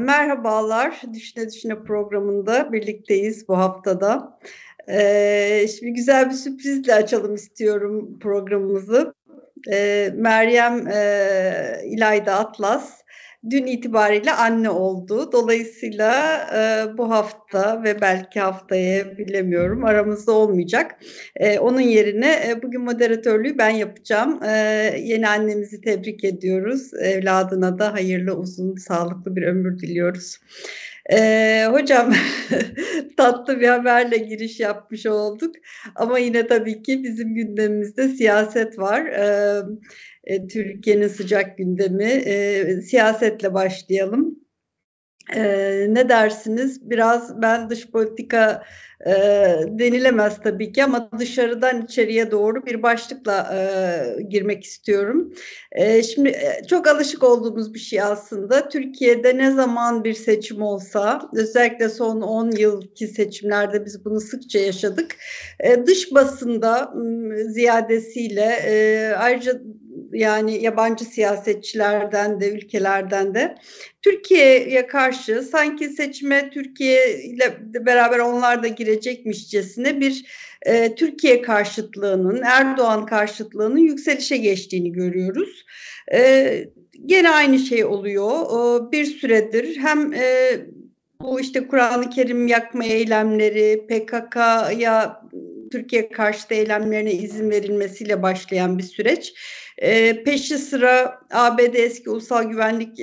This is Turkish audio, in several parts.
Merhabalar, Düşüne Düşüne programında birlikteyiz bu haftada. Şimdi güzel bir sürprizle açalım istiyorum programımızı. Meryem İlayda Atlas dün itibariyle anne oldu. Dolayısıyla bu hafta ve belki haftaya bilemiyorum aramızda olmayacak. Onun yerine bugün moderatörlüğü ben yapacağım. Yeni annemizi tebrik ediyoruz. Evladına da hayırlı, uzun, sağlıklı bir ömür diliyoruz. Hocam tatlı bir haberle giriş yapmış olduk. Ama yine tabii ki bizim gündemimizde siyaset var. Türkiye'nin sıcak gündemi. Siyasetle başlayalım. Ne dersiniz? Biraz ben dış politika e, denilemez tabii ki ama dışarıdan içeriye doğru bir başlıkla girmek istiyorum. Şimdi çok alışık olduğumuz bir şey aslında. Türkiye'de ne zaman bir seçim olsa, özellikle son 10 yılki seçimlerde biz bunu sıkça yaşadık. Dış basında ziyadesiyle ayrıca yani yabancı siyasetçilerden de ülkelerden de Türkiye'ye karşı sanki seçime Türkiye ile beraber onlar da girecekmişçesine bir Türkiye karşıtlığının, Erdoğan karşıtlığının yükselişe geçtiğini görüyoruz. Gene aynı şey oluyor. Bir süredir hem bu işte Kur'an-ı Kerim yakma eylemleri, PKK'ya Türkiye karşıtı eylemlerine izin verilmesiyle başlayan bir süreç. Peşi sıra ABD eski Ulusal Güvenlik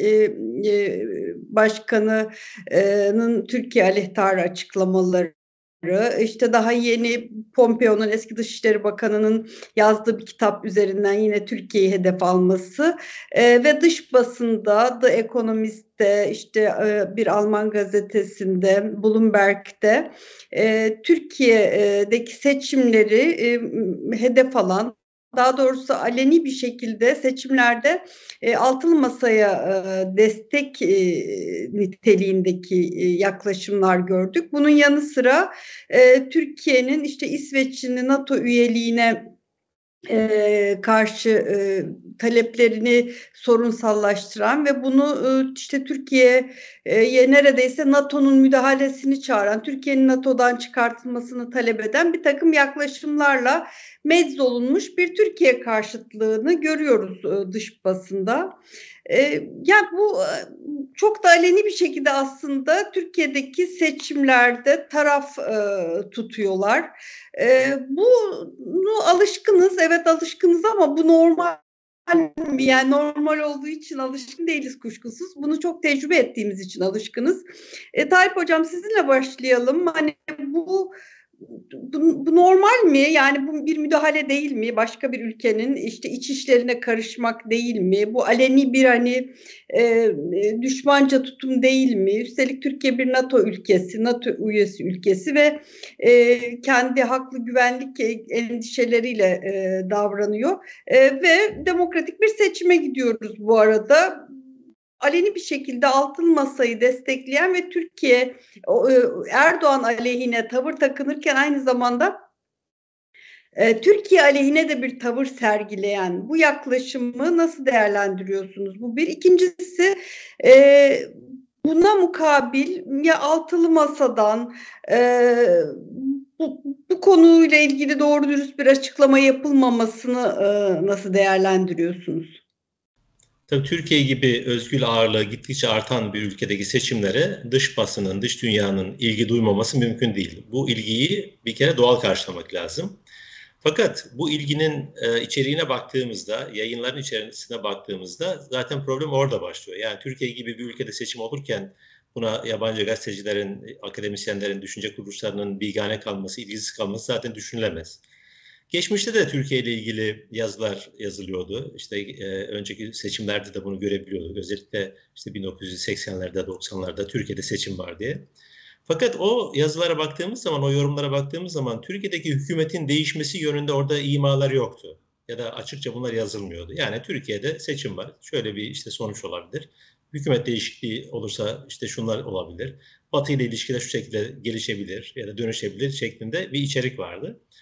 Başkanı'nın Türkiye aleyhtarı açıklamaları, işte daha yeni Pompeo'nun eski Dışişleri Bakanı'nın yazdığı bir kitap üzerinden yine Türkiye'yi hedef alması ve dış basında The Economist'te işte bir Alman gazetesinde Bloomberg'de Türkiye'deki seçimleri hedef alan, daha doğrusu aleni bir şekilde seçimlerde altılı masaya destek niteliğindeki yaklaşımlar gördük. Bunun yanı sıra Türkiye'nin işte İsveç'in NATO üyeliğine karşı taleplerini sorunsallaştıran ve bunu işte Türkiye'ye neredeyse NATO'nun müdahalesini çağıran, Türkiye'nin NATO'dan çıkartılmasını talep eden bir takım yaklaşımlarla meczolunmuş bir Türkiye karşıtlığını görüyoruz dış basında. Yani bu çok da aleni bir şekilde aslında Türkiye'deki seçimlerde taraf tutuyorlar. Bunu alışkınız, evet alışkınız ama bu normal mi? Yani normal olduğu için alışkın değiliz kuşkusuz. Bunu çok tecrübe ettiğimiz için alışkınız. Tayyip Hocam sizinle başlayalım. Hani bu normal mi? Yani bu bir müdahale değil mi? Başka bir ülkenin işte iç işlerine karışmak değil mi? Bu aleni bir hani düşmanca tutum değil mi? Üstelik Türkiye bir NATO ülkesi, NATO üyesi ülkesi ve kendi haklı güvenlik endişeleriyle davranıyor. Ve demokratik bir seçime gidiyoruz bu arada. Aleni bir şekilde altılı masayı destekleyen ve Türkiye Erdoğan aleyhine tavır takınırken aynı zamanda Türkiye aleyhine de bir tavır sergileyen bu yaklaşımı nasıl değerlendiriyorsunuz? Bu bir. İkincisi buna mukabil ya altılı masadan bu konuyla ilgili doğru dürüst bir açıklama yapılmamasını nasıl değerlendiriyorsunuz? Tabii Türkiye gibi özgür ağırlığı gittikçe artan bir ülkedeki seçimlere dış basının, dış dünyanın ilgi duymaması mümkün değil. Bu ilgiyi bir kere doğal karşılamak lazım. Fakat bu ilginin içeriğine baktığımızda, yayınların içerisine baktığımızda zaten problem orada başlıyor. Yani Türkiye gibi bir ülkede seçim olurken buna yabancı gazetecilerin, akademisyenlerin, düşünce kuruluşlarının bigane kalması, ilgisiz kalması zaten düşünülemez. Geçmişte de Türkiye ile ilgili yazılar yazılıyordu. İşte önceki seçimlerde de bunu görebiliyorduk. Özellikle işte 1980'lerde, 90'larda Türkiye'de seçim var diye. Fakat o yazılara baktığımız zaman, o yorumlara baktığımız zaman Türkiye'deki hükümetin değişmesi yönünde orada imalar yoktu. Ya da açıkça bunlar yazılmıyordu. Yani Türkiye'de seçim var. Şöyle bir işte sonuç olabilir. Hükümet değişikliği olursa işte şunlar olabilir. Batı ile ilişkiler şu şekilde gelişebilir ya da dönüşebilir şeklinde bir içerik vardı.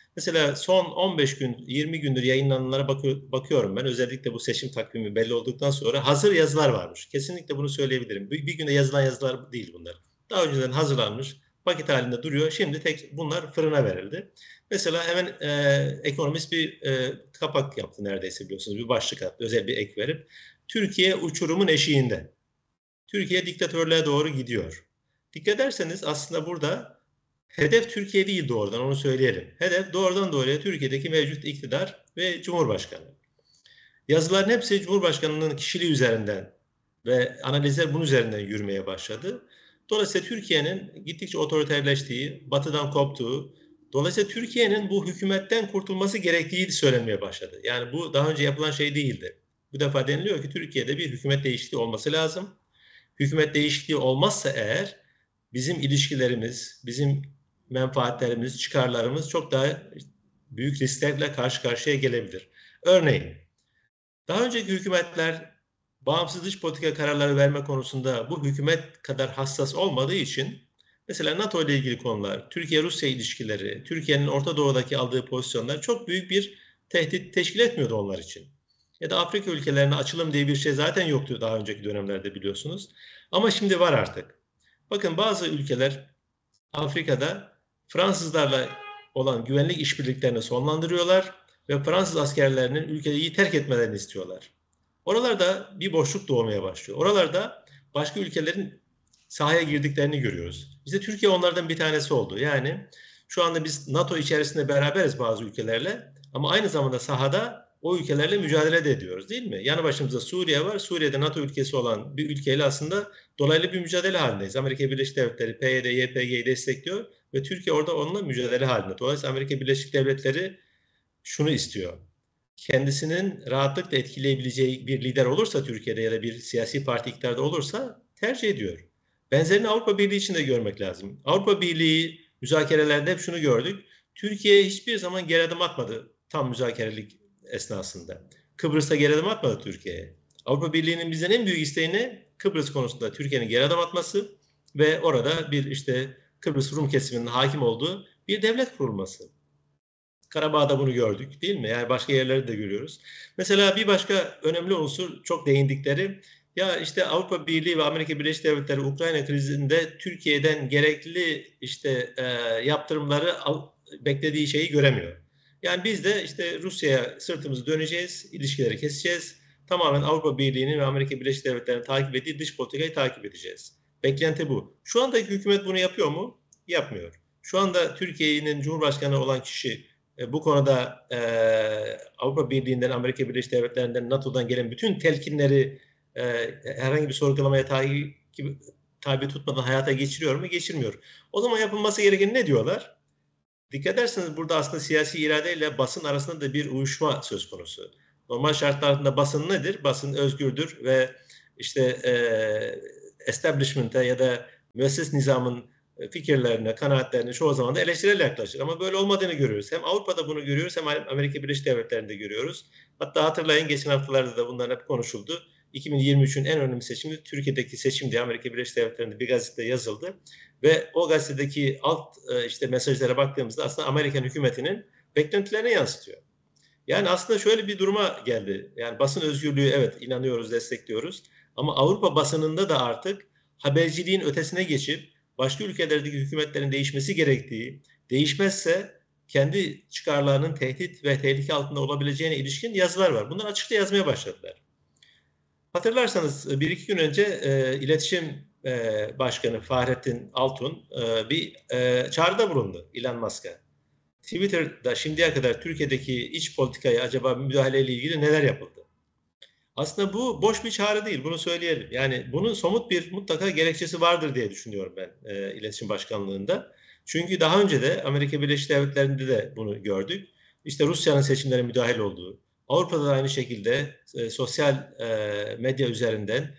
Mesela son 15 gün, 20 gündür yayınlananlara bakıyorum ben. Özellikle bu seçim takvimi belli olduktan sonra hazır yazılar varmış. Kesinlikle bunu söyleyebilirim. Bir günde yazılan yazılar değil bunlar. Daha önceden hazırlanmış, paket halinde duruyor. Şimdi bunlar fırına verildi. Mesela hemen ekonomist bir kapak yaptı neredeyse biliyorsunuz. Bir başlık attı, özel bir ek verip. Türkiye uçurumun eşiğinde. Türkiye diktatörlüğe doğru gidiyor. Dikkat ederseniz aslında burada hedef Türkiye değil doğrudan, onu söyleyelim. Hedef doğrudan doğruya Türkiye'deki mevcut iktidar ve Cumhurbaşkanı. Yazıların hepsi Cumhurbaşkanı'nın kişiliği üzerinden ve analizler bunun üzerinden yürümeye başladı. Dolayısıyla Türkiye'nin gittikçe otoriterleştiği, batıdan koptuğu, dolayısıyla Türkiye'nin bu hükümetten kurtulması gerektiği söylenmeye başladı. Yani bu daha önce yapılan şey değildi. Bu defa deniliyor ki Türkiye'de bir hükümet değişikliği olması lazım. Hükümet değişikliği olmazsa eğer bizim ilişkilerimiz, bizim menfaatlerimiz, çıkarlarımız çok daha büyük risklerle karşı karşıya gelebilir. Örneğin daha önceki hükümetler bağımsız dış politika kararları verme konusunda bu hükümet kadar hassas olmadığı için mesela NATO ile ilgili konular, Türkiye-Rusya ilişkileri, Türkiye'nin Orta Doğu'daki aldığı pozisyonlar çok büyük bir tehdit teşkil etmiyordu onlar için. Ya da Afrika ülkelerine açılım diye bir şey zaten yoktu daha önceki dönemlerde biliyorsunuz. Ama şimdi var artık. Bakın bazı ülkeler Afrika'da Fransızlarla olan güvenlik işbirliklerini sonlandırıyorlar ve Fransız askerlerinin ülkeyi terk etmelerini istiyorlar. Oralarda bir boşluk doğmaya başlıyor. Oralarda başka ülkelerin sahaya girdiklerini görüyoruz. İşte Türkiye onlardan bir tanesi oldu. Yani şu anda biz NATO içerisinde beraberiz bazı ülkelerle ama aynı zamanda sahada o ülkelerle mücadele de ediyoruz değil mi? Yanı başımızda Suriye var. Suriye'de NATO ülkesi olan bir ülkeyle aslında dolaylı bir mücadele halindeyiz. Amerika Birleşik Devletleri PYD, YPG'yi destekliyor ve Türkiye orada onunla mücadele halinde. Dolayısıyla Amerika Birleşik Devletleri şunu istiyor. Kendisinin rahatlıkla etkileyebileceği bir lider olursa Türkiye'de ya da bir siyasi parti iktidarda olursa tercih ediyor. Benzerini Avrupa Birliği için de görmek lazım. Avrupa Birliği müzakerelerde hep şunu gördük. Türkiye hiçbir zaman geri adım atmadı tam müzakerelik esnasında. Kıbrıs'ta geri adım atmadı Türkiye'ye. Avrupa Birliği'nin bizden en büyük isteğini Kıbrıs konusunda Türkiye'nin geri adım atması ve orada bir işte Kıbrıs Rum kesiminin hakim olduğu bir devlet kurulması. Karabağ'da bunu gördük değil mi? Yani başka yerlerde de görüyoruz. Mesela bir başka önemli unsur çok değindikleri ya işte Avrupa Birliği ve Amerika Birleşik Devletleri Ukrayna krizinde Türkiye'den gerekli işte yaptırımları beklediği şeyi göremiyor. Yani biz de işte Rusya'ya sırtımızı döneceğiz, ilişkileri keseceğiz. Tamamen Avrupa Birliği'nin ve Amerika Birleşik Devletleri'nin takip ettiği dış politikayı takip edeceğiz. Beklenti bu. Şu andaki hükümet bunu yapıyor mu? Yapmıyor. Şu anda Türkiye'nin Cumhurbaşkanı olan kişi bu konuda Avrupa Birliği'nden, Amerika Birleşik Devletleri'nden, NATO'dan gelen bütün telkinleri herhangi bir sorgulamaya tabi tutmadan hayata geçiriyor mu? Geçirmiyor. O zaman yapılması gereken ne diyorlar? Dikkat ederseniz burada aslında siyasi iradeyle basın arasında da bir uyuşma söz konusu. Normal şartlar altında basın nedir? Basın özgürdür ve işte establishment'e ya da müesses nizamın fikirlerine, kanaatlerine çoğu zaman da eleştirel yaklaşır. Ama böyle olmadığını görüyoruz. Hem Avrupa'da bunu görüyoruz hem Amerika Birleşik Devletleri'nde görüyoruz. Hatta hatırlayın geçen haftalarda da bunlar hep konuşuldu. 2023'ün en önemli seçimi Türkiye'deki seçim diye Amerika Birleşik Devletleri'nde bir gazetede yazıldı. Ve o gazetedeki alt işte mesajlara baktığımızda aslında Amerikan hükümetinin beklentilerini yansıtıyor. Yani aslında şöyle bir duruma geldi. Yani basın özgürlüğü evet inanıyoruz, destekliyoruz. Ama Avrupa basınında da artık haberciliğin ötesine geçip başka ülkelerdeki hükümetlerin değişmesi gerektiği, değişmezse kendi çıkarlarının tehdit ve tehlike altında olabileceğine ilişkin yazılar var. Bunları açıkça yazmaya başladılar. Hatırlarsanız bir iki gün önce iletişim Başkanı Fahrettin Altun bir çağrıda bulundu Elon Musk'a. Twitter'da şimdiye kadar Türkiye'deki iç politikaya acaba müdahaleyle ilgili neler yapıldı? Aslında bu boş bir çağrı değil, bunu söyleyelim. Yani bunun somut bir mutlaka gerekçesi vardır diye düşünüyorum ben iletişim başkanlığında. Çünkü daha önce de Amerika Birleşik Devletleri'nde de bunu gördük. İşte Rusya'nın seçimlere müdahil olduğu, Avrupa'da da aynı şekilde sosyal medya üzerinden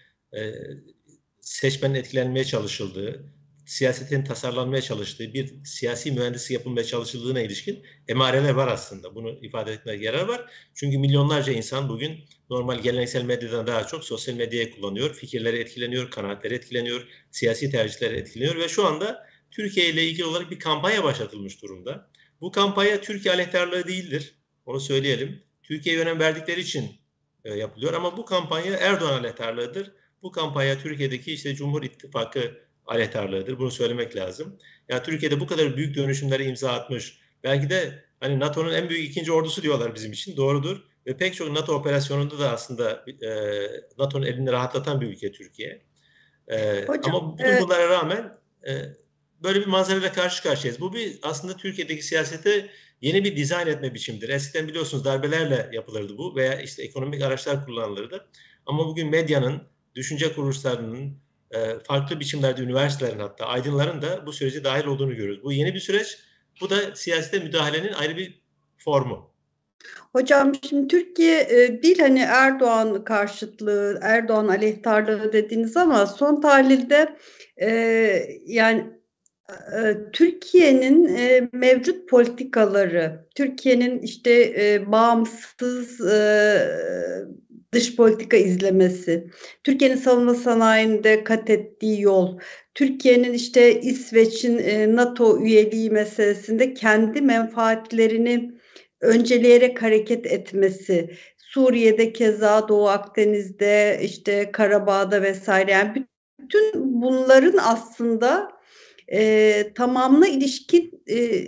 seçmenin etkilenmeye çalışıldığı, siyasetin tasarlanmaya çalıştığı, bir siyasi mühendislik yapılmaya çalışıldığına ilişkin emareler var aslında. Bunu ifade etmeye yarar var. Çünkü milyonlarca insan bugün normal geleneksel medyadan daha çok sosyal medyayı kullanıyor. Fikirleri etkileniyor, kanaatleri etkileniyor, siyasi tercihleri etkileniyor ve şu anda Türkiye ile ilgili olarak bir kampanya başlatılmış durumda. Bu kampanya Türkiye aleyhtarlığı değildir. Onu söyleyelim. Türkiye'ye önem verdikleri için yapılıyor ama bu kampanya Erdoğan aleyhtarlığıdır. Bu kampanya Türkiye'deki işte Cumhur İttifakı aleyhtarlığıdır. Bunu söylemek lazım. Yani Türkiye'de bu kadar büyük dönüşümlere imza atmış. Belki de hani NATO'nun en büyük ikinci ordusu diyorlar bizim için. Doğrudur. Ve pek çok NATO operasyonunda da aslında NATO'nun elini rahatlatan bir ülke Türkiye. Hocam, Ama bütün bunlara rağmen böyle bir manzarayla karşı karşıyayız. Bu bir aslında Türkiye'deki siyasete yeni bir dizayn etme biçimidir. Eskiden biliyorsunuz darbelerle yapılırdı bu veya işte ekonomik araçlar kullanılırdı. Ama bugün medyanın, düşünce kuruluşlarının, farklı biçimlerde üniversitelerin hatta aydınların da bu sürece dahil olduğunu görüyoruz. Bu yeni bir süreç. Bu da siyasete müdahalenin ayrı bir formu. hocam şimdi Türkiye değil hani Erdoğan karşıtlığı, Erdoğan aleyhtarlığı dediğiniz ama son tahlilde yani Türkiye'nin mevcut politikaları, Türkiye'nin işte bağımsız dış politika izlemesi, Türkiye'nin savunma sanayinde kat ettiği yol, Türkiye'nin işte İsveç'in NATO üyeliği meselesinde kendi menfaatlerini önceleyerek hareket etmesi, Suriye'de keza Doğu Akdeniz'de işte Karabağ'da vesaire yani bütün bunların aslında tamamına ilişkin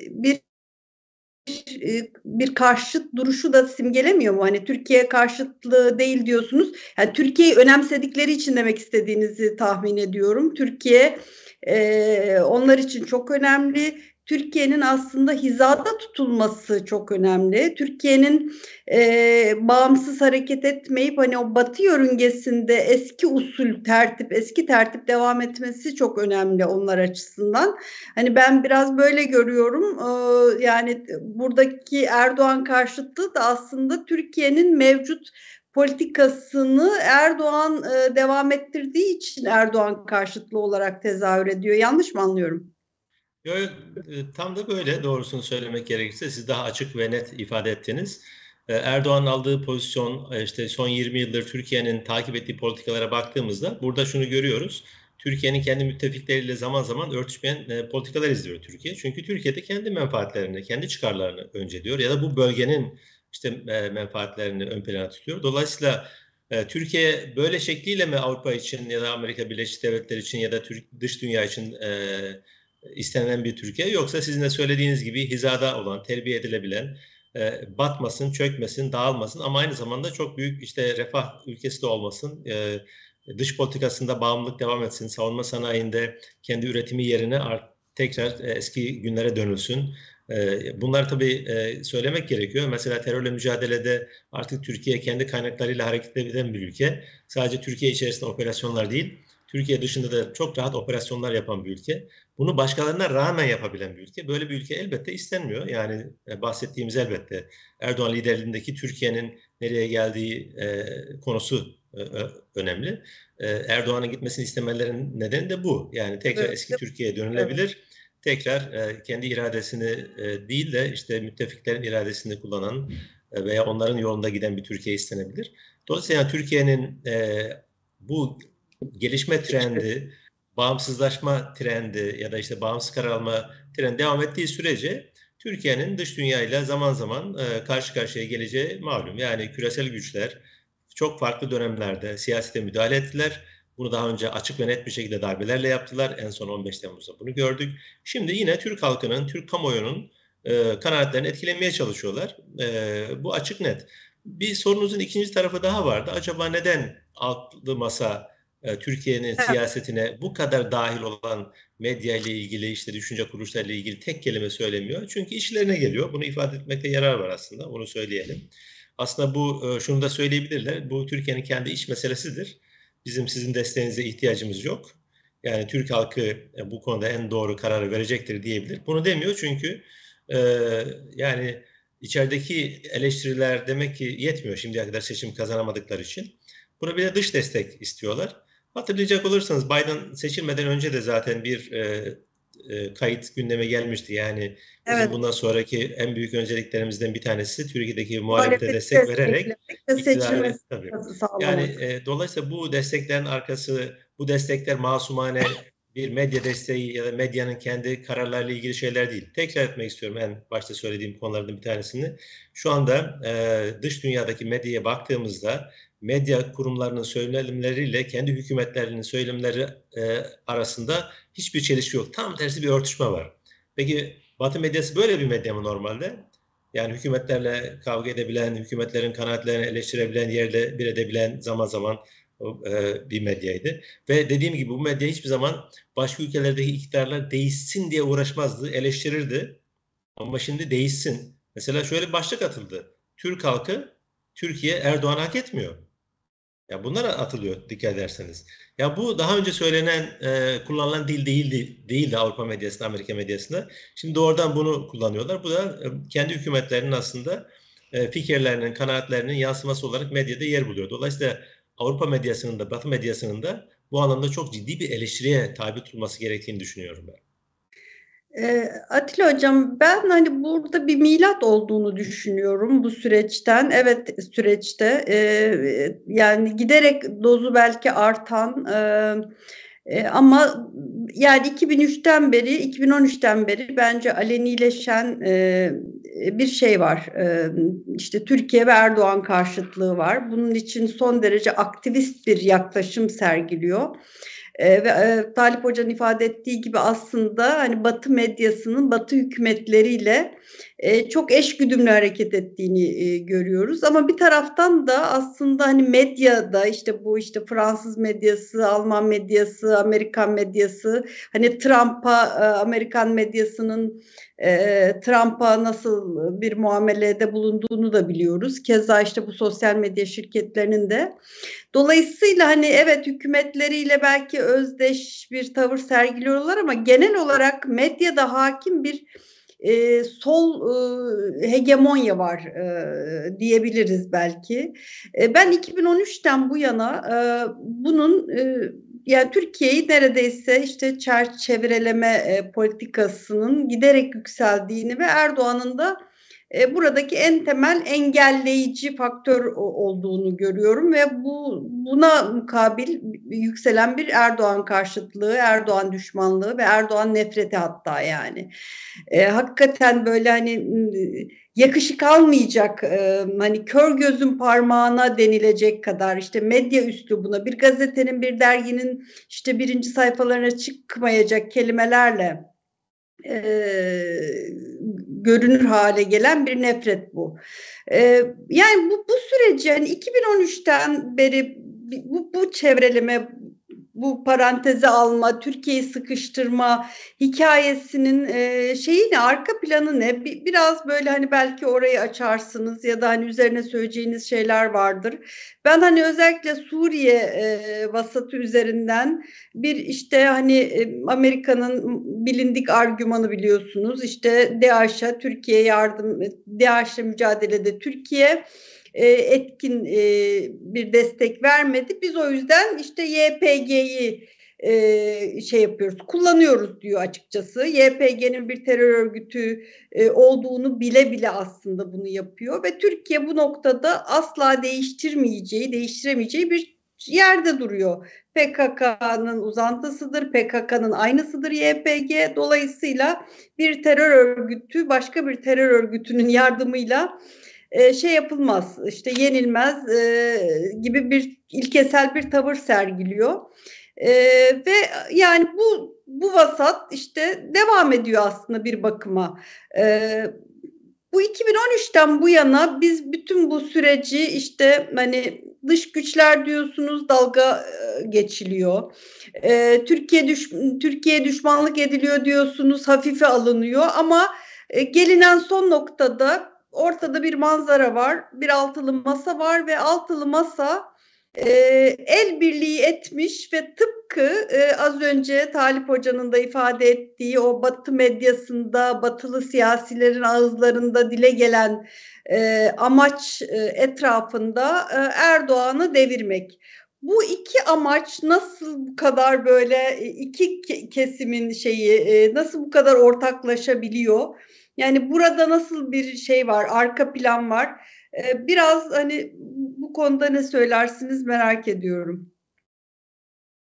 bir karşıt duruşu da simgelemiyor mu? Hani Türkiye karşıtlığı değil diyorsunuz. Yani Türkiye'yi önemsedikleri için demek istediğinizi tahmin ediyorum. Türkiye onlar için çok önemli. Türkiye'nin aslında hizada tutulması çok önemli. Türkiye'nin bağımsız hareket etmeyip hani o Batı yörüngesinde eski usul tertip, eski tertip devam etmesi çok önemli onlar açısından. Hani ben biraz böyle görüyorum. Yani buradaki Erdoğan karşıtlığı da aslında Türkiye'nin mevcut politikasını Erdoğan devam ettirdiği için Erdoğan karşıtlığı olarak tezahür ediyor. Yanlış mı anlıyorum? Yok, tam da böyle doğrusunu söylemek gerekirse siz daha açık ve net ifade ettiniz. Erdoğan'ın aldığı pozisyon işte son 20 yıldır Türkiye'nin takip ettiği politikalara baktığımızda burada şunu görüyoruz. Türkiye'nin kendi müttefikleriyle zaman zaman örtüşmeyen politikalar izliyor Türkiye. Çünkü Türkiye'de kendi menfaatlerini, kendi çıkarlarını önceliyor ya da bu bölgenin işte menfaatlerini ön plana tutuyor. Dolayısıyla Türkiye böyle şekliyle mi Avrupa için ya da Amerika Birleşik Devletleri için ya da dış dünya için istenilen bir Türkiye yoksa sizin de söylediğiniz gibi hizada olan, terbiye edilebilen, batmasın, çökmesin, dağılmasın ama aynı zamanda çok büyük işte refah ülkesi de olmasın, dış politikasında bağımlılık devam etsin, savunma sanayinde kendi üretimi yerine tekrar eski günlere dönülsün. Bunları tabii söylemek gerekiyor. Mesela terörle mücadelede artık Türkiye kendi kaynaklarıyla hareket eden bir ülke. Sadece Türkiye içerisinde operasyonlar değil, Türkiye dışında da çok rahat operasyonlar yapan bir ülke. Bunu başkalarına rağmen yapabilen bir ülke. Böyle bir ülke elbette istenmiyor. Yani bahsettiğimiz elbette Erdoğan liderliğindeki Türkiye'nin nereye geldiği konusu önemli. Erdoğan'ın gitmesini istemelerinin nedeni de bu. Yani tekrar eski Türkiye'ye dönülebilir. Tekrar kendi iradesini değil de işte müttefiklerin iradesini kullanan veya onların yolunda giden bir Türkiye istenebilir. Dolayısıyla yani Türkiye'nin bu gelişme trendi, bağımsızlaşma trendi ya da işte bağımsız karar alma trendi devam ettiği sürece Türkiye'nin dış dünyayla zaman zaman karşı karşıya geleceği malum. Yani küresel güçler çok farklı dönemlerde siyasete müdahale ettiler. Bunu daha önce açık ve net bir şekilde darbelerle yaptılar. En son 15 Temmuz'da bunu gördük. Şimdi yine Türk halkının, Türk kamuoyunun kanaatlerini etkilemeye çalışıyorlar. Bu açık net. Bir sorunuzun ikinci tarafı daha vardı. Acaba neden altılı masa Türkiye'nin siyasetine bu kadar dahil olan medya ile ilgili, işte düşünce kuruluşlarıyla ilgili tek kelime söylemiyor? Çünkü işlerine geliyor. Bunu ifade etmekte yarar var aslında. Onu söyleyelim. Aslında bu şunu da söyleyebilirler. Bu Türkiye'nin kendi iç meselesidir. Bizim sizin desteğinize ihtiyacımız yok. Yani Türk halkı bu konuda en doğru kararı verecektir diyebilir. Bunu demiyor çünkü yani içerideki eleştiriler demek ki yetmiyor şimdiye kadar seçim kazanamadıkları için. Buna bir de dış destek istiyorlar. Hatırlayacak olursanız Biden seçilmeden önce de zaten bir kayıt gündeme gelmişti. Yani bizim bundan sonraki en büyük önceliklerimizden bir tanesi Türkiye'deki muhalefete destek vererek iktidarı tabii. Yani dolayısıyla bu desteklerin arkası, bu destekler masumane bir medya desteği ya da medyanın kendi kararlarıyla ilgili şeyler değil. Tekrar etmek istiyorum en başta söylediğim konulardan bir tanesini. Şu anda dış dünyadaki medyaya baktığımızda medya kurumlarının söylemleriyle kendi hükümetlerinin söylemleri arasında hiçbir çelişki yok. Tam tersi bir örtüşme var. Peki Batı medyası böyle bir medya mı normalde? Yani hükümetlerle kavga edebilen, hükümetlerin kanaatlerini eleştirebilen, yerle bir edebilen zaman zaman bir medyaydı. Ve dediğim gibi bu medya hiçbir zaman başka ülkelerdeki iktidarlar değişsin diye uğraşmazdı, eleştirirdi. Ama şimdi değişsin. Mesela şöyle bir başlık atıldı. Türk halkı Türkiye Erdoğan hak etmiyor. Ya bunlar atılıyor dikkat ederseniz. Ya bu daha önce söylenen, kullanılan dil değildi Avrupa medyasında, Amerika medyasında. Şimdi doğrudan bunu kullanıyorlar. Bu da kendi hükümetlerinin aslında fikirlerinin, kanaatlerinin yansıması olarak medyada yer buluyor. Dolayısıyla Avrupa medyasının da, Batı medyasının da bu anlamda çok ciddi bir eleştiriye tabi tutulması gerektiğini düşünüyorum ben. Atilla Hocam, ben hani burada bir milat olduğunu düşünüyorum bu süreçten. Evet, süreçte yani giderek dozu belki artan ama yani 2003'ten beri 2013'ten beri bence alenileşen bir şey var. İşte Türkiye ve Erdoğan karşıtlığı var. Bunun için son derece aktivist bir yaklaşım sergiliyor. Ve Talip Hoca'nın ifade ettiği gibi aslında hani Batı medyasının Batı hükümetleriyle çok eşgüdümlü hareket ettiğini görüyoruz. Ama bir taraftan da aslında hani medyada işte Fransız medyası, Alman medyası, Amerikan medyası, hani Amerikan medyasının Trump'a nasıl bir muamelede bulunduğunu da biliyoruz. Keza işte bu sosyal medya şirketlerinin de. Dolayısıyla hani evet, hükümetleriyle belki özdeş bir tavır sergiliyorlar ama genel olarak medyada hakim bir sol hegemonya var diyebiliriz belki. Ben 2013'ten bu yana bunun yani Türkiye'yi neredeyse işte çevreleme politikasının giderek yükseldiğini ve Erdoğan'ın da buradaki en temel engelleyici faktör olduğunu görüyorum ve buna mukabil yükselen bir Erdoğan karşıtlığı, Erdoğan düşmanlığı ve Erdoğan nefreti hatta yani. Hakikaten böyle hani yakışık almayacak, hani kör gözün parmağına denilecek kadar işte medya üslubuna, bir gazetenin, bir derginin işte birinci sayfalarına çıkmayacak kelimelerle görünür hale gelen bir nefret bu. Yani bu süreci yani 2013'ten beri bu çevreleme, bu paranteze alma, Türkiye'yi sıkıştırma hikayesinin şeyi ne, arka planı ne? Biraz böyle hani belki orayı açarsınız ya da hani üzerine söyleyeceğiniz şeyler vardır. Ben hani özellikle Suriye vasatı üzerinden bir işte hani Amerika'nın bilindik argümanı biliyorsunuz. İşte DAEŞ'e Türkiye yardım, DAEŞ'le mücadelede Türkiye etkin bir destek vermedi. Biz o yüzden işte YPG'yi şey yapıyoruz, kullanıyoruz diyor açıkçası. YPG'nin bir terör örgütü olduğunu bile bile aslında bunu yapıyor ve Türkiye bu noktada asla değiştiremeyeceği bir yerde duruyor. PKK'nın uzantısıdır, PKK'nın aynısıdır YPG. Dolayısıyla bir terör örgütü başka bir terör örgütünün yardımıyla şey yapılmaz, işte yenilmez gibi bir ilkesel bir tavır sergiliyor. Ve yani bu vasat işte devam ediyor aslında bir bakıma. Bu 2013'ten bu yana biz bütün bu süreci işte hani dış güçler diyorsunuz, dalga geçiliyor. Türkiye düşmanlık ediliyor diyorsunuz, hafife alınıyor ama gelinen son noktada ortada bir manzara var, bir altılı masa var ve altılı masa el birliği etmiş ve tıpkı az önce Talip Hoca'nın da ifade ettiği o Batı medyasında, batılı siyasilerin ağızlarında dile gelen amaç etrafında Erdoğan'ı devirmek. Bu iki amaç nasıl bu kadar böyle iki kesimin şeyi nasıl bu kadar ortaklaşabiliyor? Yani burada nasıl bir şey var, arka plan var? Biraz hani bu konuda ne söylersiniz merak ediyorum.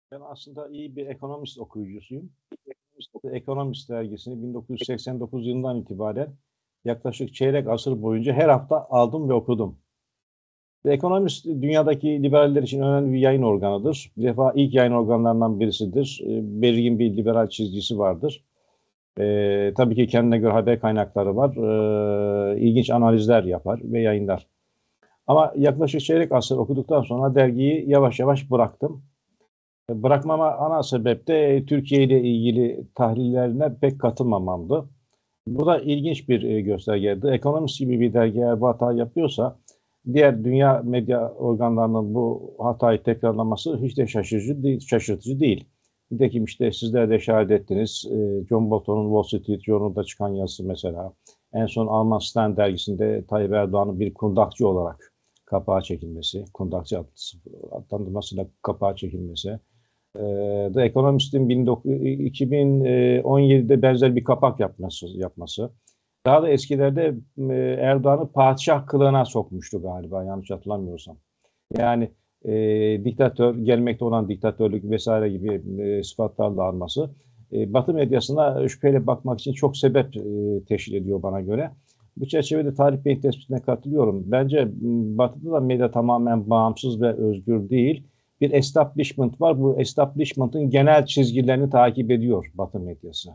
Ben aslında iyi bir ekonomist okuyucusuyum. Ekonomist dergisini 1989 yılından itibaren yaklaşık çeyrek asır boyunca her hafta aldım ve okudum. Ekonomist dünyadaki liberaller için önemli bir yayın organıdır. Bir defa ilk yayın organlarından birisidir. Belirgin bir liberal çizgisi vardır. Tabii ki kendine göre haber kaynakları var. İlginç analizler yapar ve yayınlar. Ama yaklaşık çeyrek asır okuduktan sonra dergiyi yavaş yavaş bıraktım. Bırakmama ana sebep de Türkiye ile ilgili tahlillerine pek katılmamamdı. Bu da ilginç bir göstergeydi. Ekonomist gibi bir dergi eğer bu hata yapıyorsa diğer dünya medya organlarının bu hatayı tekrarlaması hiç de şaşırtıcı değil. Nitekim işte sizler de şahit ettiniz. John Bolton'un Wall Street Journal'da çıkan yazısı mesela. En son Alman Stern dergisinde Tayyip Erdoğan'ın bir kundakçı olarak kapağa çekilmesi, kundakçı adlandırmasıyla kapağa çekilmesi. The Economist'in 2017'de benzer bir kapak yapması. Daha da eskilerde Erdoğan'ı padişah kılığına sokmuştu galiba, yanlış hatırlamıyorsam. Yani diktatör, gelmekte olan diktatörlük vesaire gibi sıfatlarla alması Batı medyasına şüpheyle bakmak için çok sebep teşkil ediyor bana göre. Bu çerçevede Tarık Bey'in tespitine katılıyorum. Bence Batı'da da medya tamamen bağımsız ve özgür değil. Bir establishment var. Bu establishment'ın genel çizgilerini takip ediyor Batı medyası.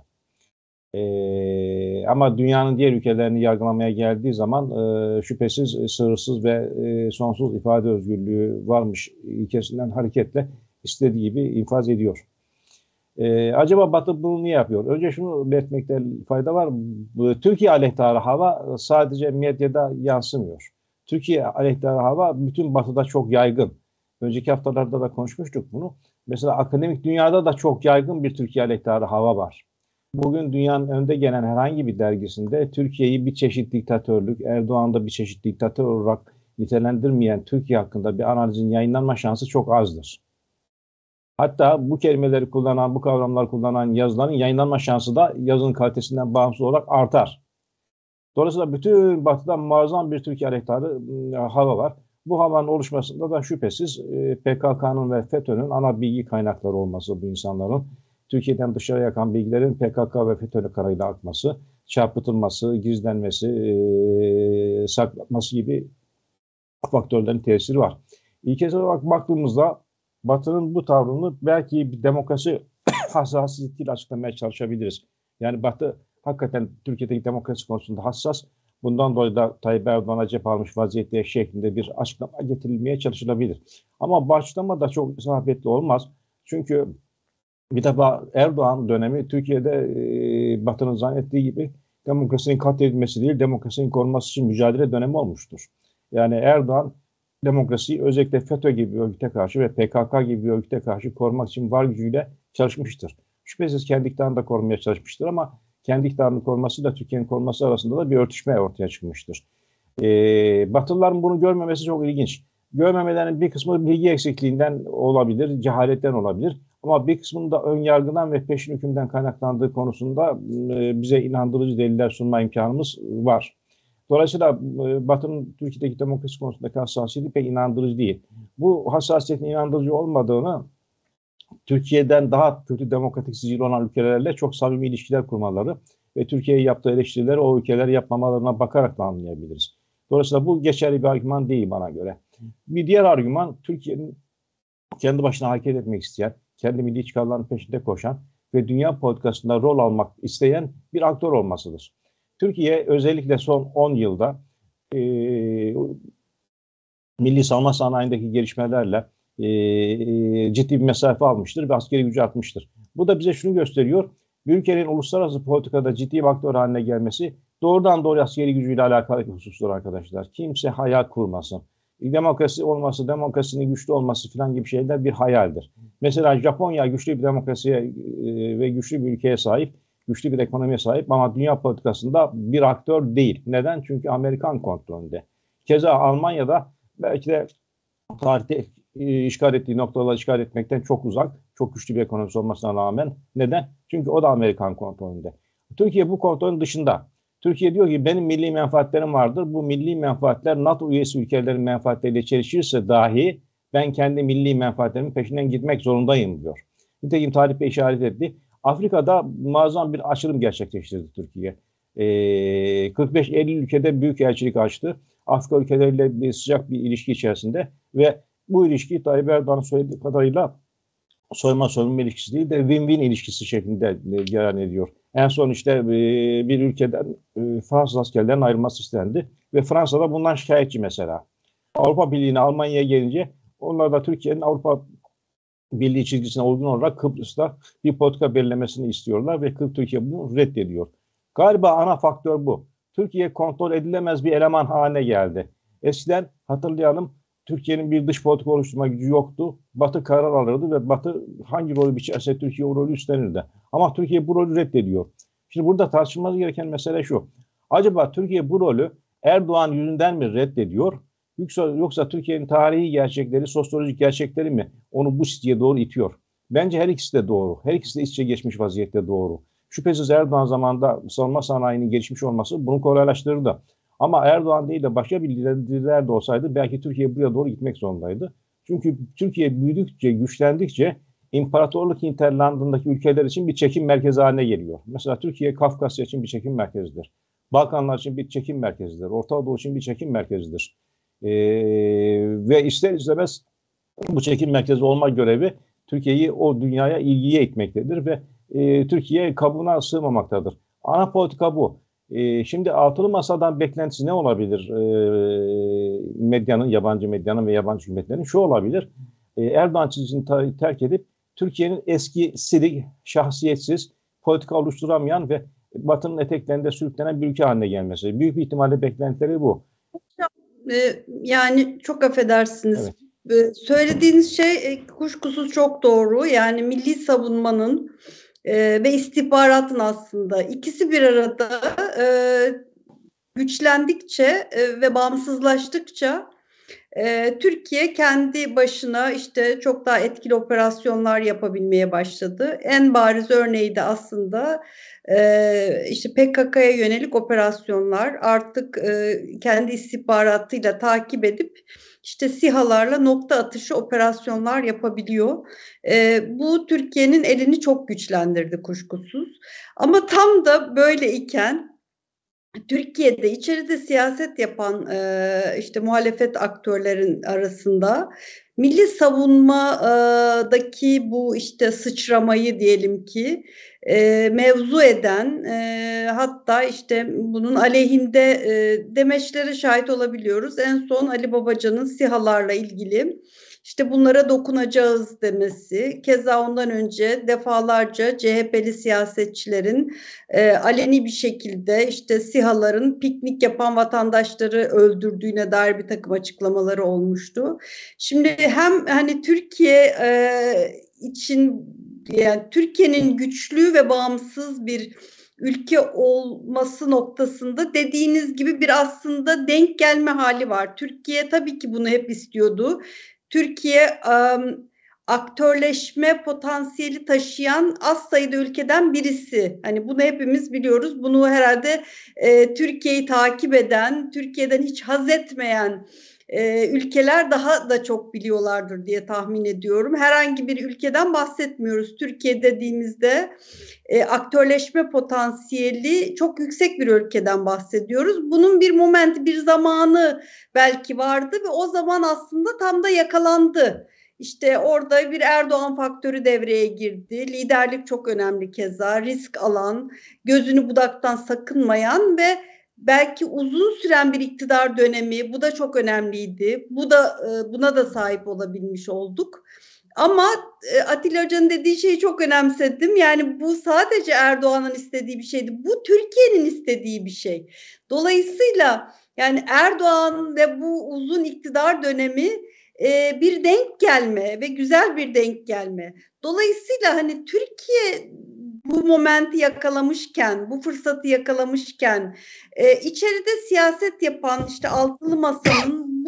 Ama dünyanın diğer ülkelerini yargılamaya geldiği zaman şüphesiz sınırsız ve sonsuz ifade özgürlüğü varmış ilkesinden hareketle istediği gibi infaz ediyor. Acaba Batı bunu niye yapıyor? Önce şunu belirtmekte fayda var. Türkiye aleyhtarı hava sadece medyada yansımıyor. Türkiye aleyhtarı hava bütün Batı'da çok yaygın. Önceki haftalarda da konuşmuştuk bunu. Mesela akademik dünyada da çok yaygın bir Türkiye aleyhtarı hava var. Bugün dünyanın önde gelen herhangi bir dergisinde Türkiye'yi bir çeşit diktatörlük, Erdoğan'da bir çeşit diktatör olarak nitelendirmeyen Türkiye hakkında bir analizin yayınlanma şansı çok azdır. Hatta bu kelimeleri kullanan, bu kavramları kullanan yazıların yayınlanma şansı da yazının kalitesinden bağımsız olarak artar. Dolayısıyla bütün Batı'da muazzam bir Türkiye aleyhtarı hava var. Bu havanın oluşmasında da şüphesiz PKK'nın ve FETÖ'nün ana bilgi kaynakları olması, bu insanların Türkiye'den dışarıya akan bilgilerin PKK ve FETÖ kanalıyla akması, çarpıtılması, gizlenmesi, saklanması gibi faktörlerin tesiri var. İlkesel olarak baktığımızda Batı'nın bu tavrını belki bir demokrasi hassasiyetiyle açıklamaya çalışabiliriz. Yani Batı hakikaten Türkiye'deki demokrasi konusunda hassas. Bundan dolayı da Tayyip Erdoğan'a cep almış vaziyette şeklinde bir açıklama getirilmeye çalışılabilir. Ama bu açıklama da çok isabetli olmaz. Çünkü bir defa Erdoğan dönemi Türkiye'de Batı'nın zannettiği gibi demokrasinin katledilmesi değil, demokrasinin korunması için mücadele dönemi olmuştur. Yani Erdoğan demokrasiyi özellikle FETÖ gibi bir örgüte karşı ve PKK gibi bir örgüte karşı korumak için var gücüyle çalışmıştır. Şüphesiz kendi iktidarını da korumaya çalışmıştır ama kendi iktidarını korumasıyla Türkiye'nin koruması arasında da bir örtüşme ortaya çıkmıştır. Batılıların bunu görmemesi çok ilginç. Görmemelerinin bir kısmı bilgi eksikliğinden olabilir, cehaletten olabilir. Ama bir kısmının da ön yargıdan ve peşin hükümden kaynaklandığı konusunda bize inandırıcı deliller sunma imkanımız var. Dolayısıyla Batı'nın Türkiye'deki demokrasi konusundaki hassasiyeti pek inandırıcı değil. Bu hassasiyetin inandırıcı olmadığını Türkiye'den daha kötü demokratik sicil olan ülkelerle çok samimi ilişkiler kurmaları ve Türkiye'ye yaptığı eleştirileri o ülkeler yapmamalarına bakarak da anlayabiliriz. Dolayısıyla bu geçerli bir argüman değil bana göre. Bir diğer argüman Türkiye'nin kendi başına hareket etmek isteyen, kendi milli çıkarlarının peşinde koşan ve dünya politikasında rol almak isteyen bir aktör olmasıdır. Türkiye özellikle son 10 yılda milli savunma sanayindeki gelişmelerle ciddi bir mesafe almıştır ve askeri gücü artmıştır. Bu da bize şunu gösteriyor. Bir ülkenin uluslararası politikada ciddi bir aktör haline gelmesi doğrudan doğruya askeri gücüyle alakalı bir husustur arkadaşlar. Kimse hayal kurmasın. Demokrasi olması, demokrasinin güçlü olması falan gibi şeyler bir hayaldir. Mesela Japonya güçlü bir demokrasiye ve güçlü bir ülkeye sahip, güçlü bir ekonomiye sahip ama dünya politikasında bir aktör değil. Neden? Çünkü Amerikan kontrolünde. Keza Almanya'da belki de tarihte işgal ettiği noktaları işgal etmekten çok uzak, çok güçlü bir ekonomisi olmasına rağmen. Neden? Çünkü o da Amerikan kontrolünde. Türkiye bu kontrolün dışında. Türkiye diyor ki benim milli menfaatlerim vardır. Bu milli menfaatler NATO üyesi ülkelerin menfaatleriyle çelişirse dahi Ben kendi milli menfaatlerimin peşinden gitmek zorundayım diyor. Nitekim Talip Bey işaret etti. Afrika'da muazzam bir açılım gerçekleştirdi Türkiye. 45-50 ülkede büyük elçilik açtı. Afrika ülkeleriyle sıcak bir ilişki içerisinde ve bu ilişki Tayyip Erdoğan'ın söylediği kadarıyla soyma ilişkisi değil de win-win ilişkisi şeklinde cereyan ediyor. En son işte bir ülkeden Fransız askerlerin ayrılması istendi ve Fransa da bundan şikayetçi mesela. Avrupa Birliği'ne, Almanya'ya gelince onlar da Türkiye'nin Avrupa Birliği çizgisine uygun olarak Kıbrıs'ta bir politika belirlemesini istiyorlar ve Türkiye bunu reddediyor. Galiba ana faktör bu. Türkiye kontrol edilemez bir eleman haline geldi. Eskiden hatırlayalım, Türkiye'nin bir dış politika oluşturma gücü yoktu. Batı karar alırdı ve Batı hangi rolü biçerse Türkiye o rolü üstlenirdi. Ama Türkiye bu rolü reddediyor. Şimdi burada tartışılması gereken mesele şu. Acaba Türkiye bu rolü Erdoğan yüzünden mi reddediyor? Yoksa Türkiye'nin tarihi gerçekleri, sosyolojik gerçekleri mi onu bu siteye doğru itiyor? Bence her ikisi de doğru. Her ikisi de iç içe geçmiş vaziyette doğru. Şüphesiz Erdoğan zamanında savunma sanayinin gelişmiş olması bunu kolaylaştırdı. Ama Erdoğan değil de başka bir lider de olsaydı belki Türkiye buraya doğru gitmek zorundaydı. Çünkü Türkiye büyüdükçe, güçlendikçe imparatorluk hinterlandındaki ülkeler için bir çekim merkezi haline geliyor. Mesela Türkiye Kafkasya için bir çekim merkezidir. Balkanlar için bir çekim merkezidir. Orta Doğu için bir çekim merkezidir. Ve ister istemez bu çekim merkezi olma görevi Türkiye'yi o dünyaya ilgiye itmektedir ve Türkiye kabuğuna sığmamaktadır. Ana politika bu. Şimdi altılı masadan beklentisi ne olabilir? Medyanın, yabancı medyanın ve yabancı hükümetlerin şu olabilir. Erdoğan çizgisini terk edip Türkiye'nin eski silik, şahsiyetsiz, politika oluşturamayan ve Batı'nın eteklerinde sürüklenen bir ülke haline gelmesi. Büyük bir ihtimalle beklentileri bu. Yani çok affedersiniz. Evet. Söylediğiniz şey kuşkusuz çok doğru. Yani milli savunmanın ve istihbaratın aslında ikisi bir arada güçlendikçe ve bağımsızlaştıkça Türkiye kendi başına işte çok daha etkili operasyonlar yapabilmeye başladı. En bariz örneği de aslında işte PKK'ya yönelik operasyonlar, artık kendi istihbaratıyla takip edip işte SİHA'larla nokta atışı operasyonlar yapabiliyor. Bu Türkiye'nin elini çok güçlendirdi kuşkusuz. Ama tam da böyle iken Türkiye'de içeride siyaset yapan işte muhalefet aktörlerin arasında milli savunmadaki bu işte sıçramayı diyelim ki mevzu eden, hatta işte bunun aleyhinde demeçlere şahit olabiliyoruz. En son Ali Babacan'ın SİHA'larla ilgili İşte bunlara dokunacağız demesi, keza ondan önce defalarca CHP'li siyasetçilerin aleni bir şekilde işte SİHA'ların piknik yapan vatandaşları öldürdüğüne dair bir takım açıklamaları olmuştu. Şimdi hem hani Türkiye için, yani Türkiye'nin güçlü ve bağımsız bir ülke olması noktasında dediğiniz gibi bir aslında denk gelme hali var. Türkiye tabii ki bunu hep istiyordu. Türkiye aktörleşme potansiyeli taşıyan az sayıda ülkeden birisi. Hani bunu hepimiz biliyoruz. Bunu herhalde Türkiye'yi takip eden, Türkiye'den hiç haz etmeyen ülkeler daha da çok biliyorlardır diye tahmin ediyorum. Herhangi bir ülkeden bahsetmiyoruz. Türkiye dediğimizde aktörleşme potansiyeli çok yüksek bir ülkeden bahsediyoruz. Bunun bir momenti, bir zamanı belki vardı ve o zaman aslında tam da yakalandı. İşte orada bir Erdoğan faktörü devreye girdi. Liderlik çok önemli keza. Risk alan, gözünü budaktan sakınmayan ve belki uzun süren bir iktidar dönemi, bu da çok önemliydi. Buna da sahip olabilmiş olduk. Ama Atilla Hoca'nın dediği şeyi çok önemsedim. Yani bu sadece Erdoğan'ın istediği bir şeydi. Bu Türkiye'nin istediği bir şey. Dolayısıyla yani Erdoğan ve bu uzun iktidar dönemi bir denk gelme ve güzel bir denk gelme. Dolayısıyla hani Türkiye bu momenti yakalamışken, bu fırsatı yakalamışken içeride siyaset yapan işte altılı masanın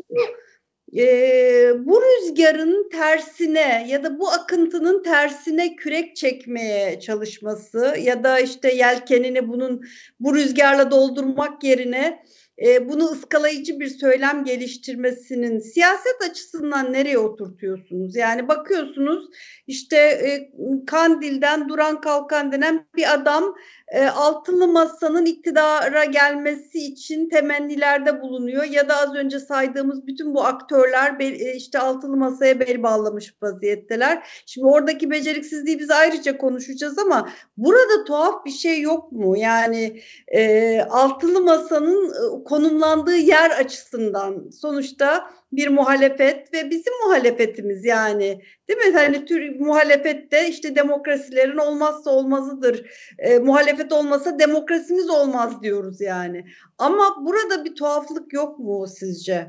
bu rüzgarın tersine ya da bu akıntının tersine kürek çekmeye çalışması ya da işte yelkenini bu rüzgarla doldurmak yerine bunu ıskalayıcı bir söylem geliştirmesinin siyaset açısından nereye oturtuyorsunuz? Yani bakıyorsunuz işte Kandil'den Duran Kalkan denen bir adam altılı masanın iktidara gelmesi için temennilerde bulunuyor ya da az önce saydığımız bütün bu aktörler işte altılı masaya bel bağlamış vaziyetteler. Şimdi oradaki beceriksizliği biz ayrıca konuşacağız ama burada tuhaf bir şey yok mu? Yani altılı masanın konumlandığı yer açısından sonuçta bir muhalefet ve bizim muhalefetimiz yani, değil mi? Hani muhalefette işte demokrasilerin olmazsa olmazıdır. Muhalefet olmasa demokrasimiz olmaz diyoruz yani. Ama burada bir tuhaflık yok mu sizce?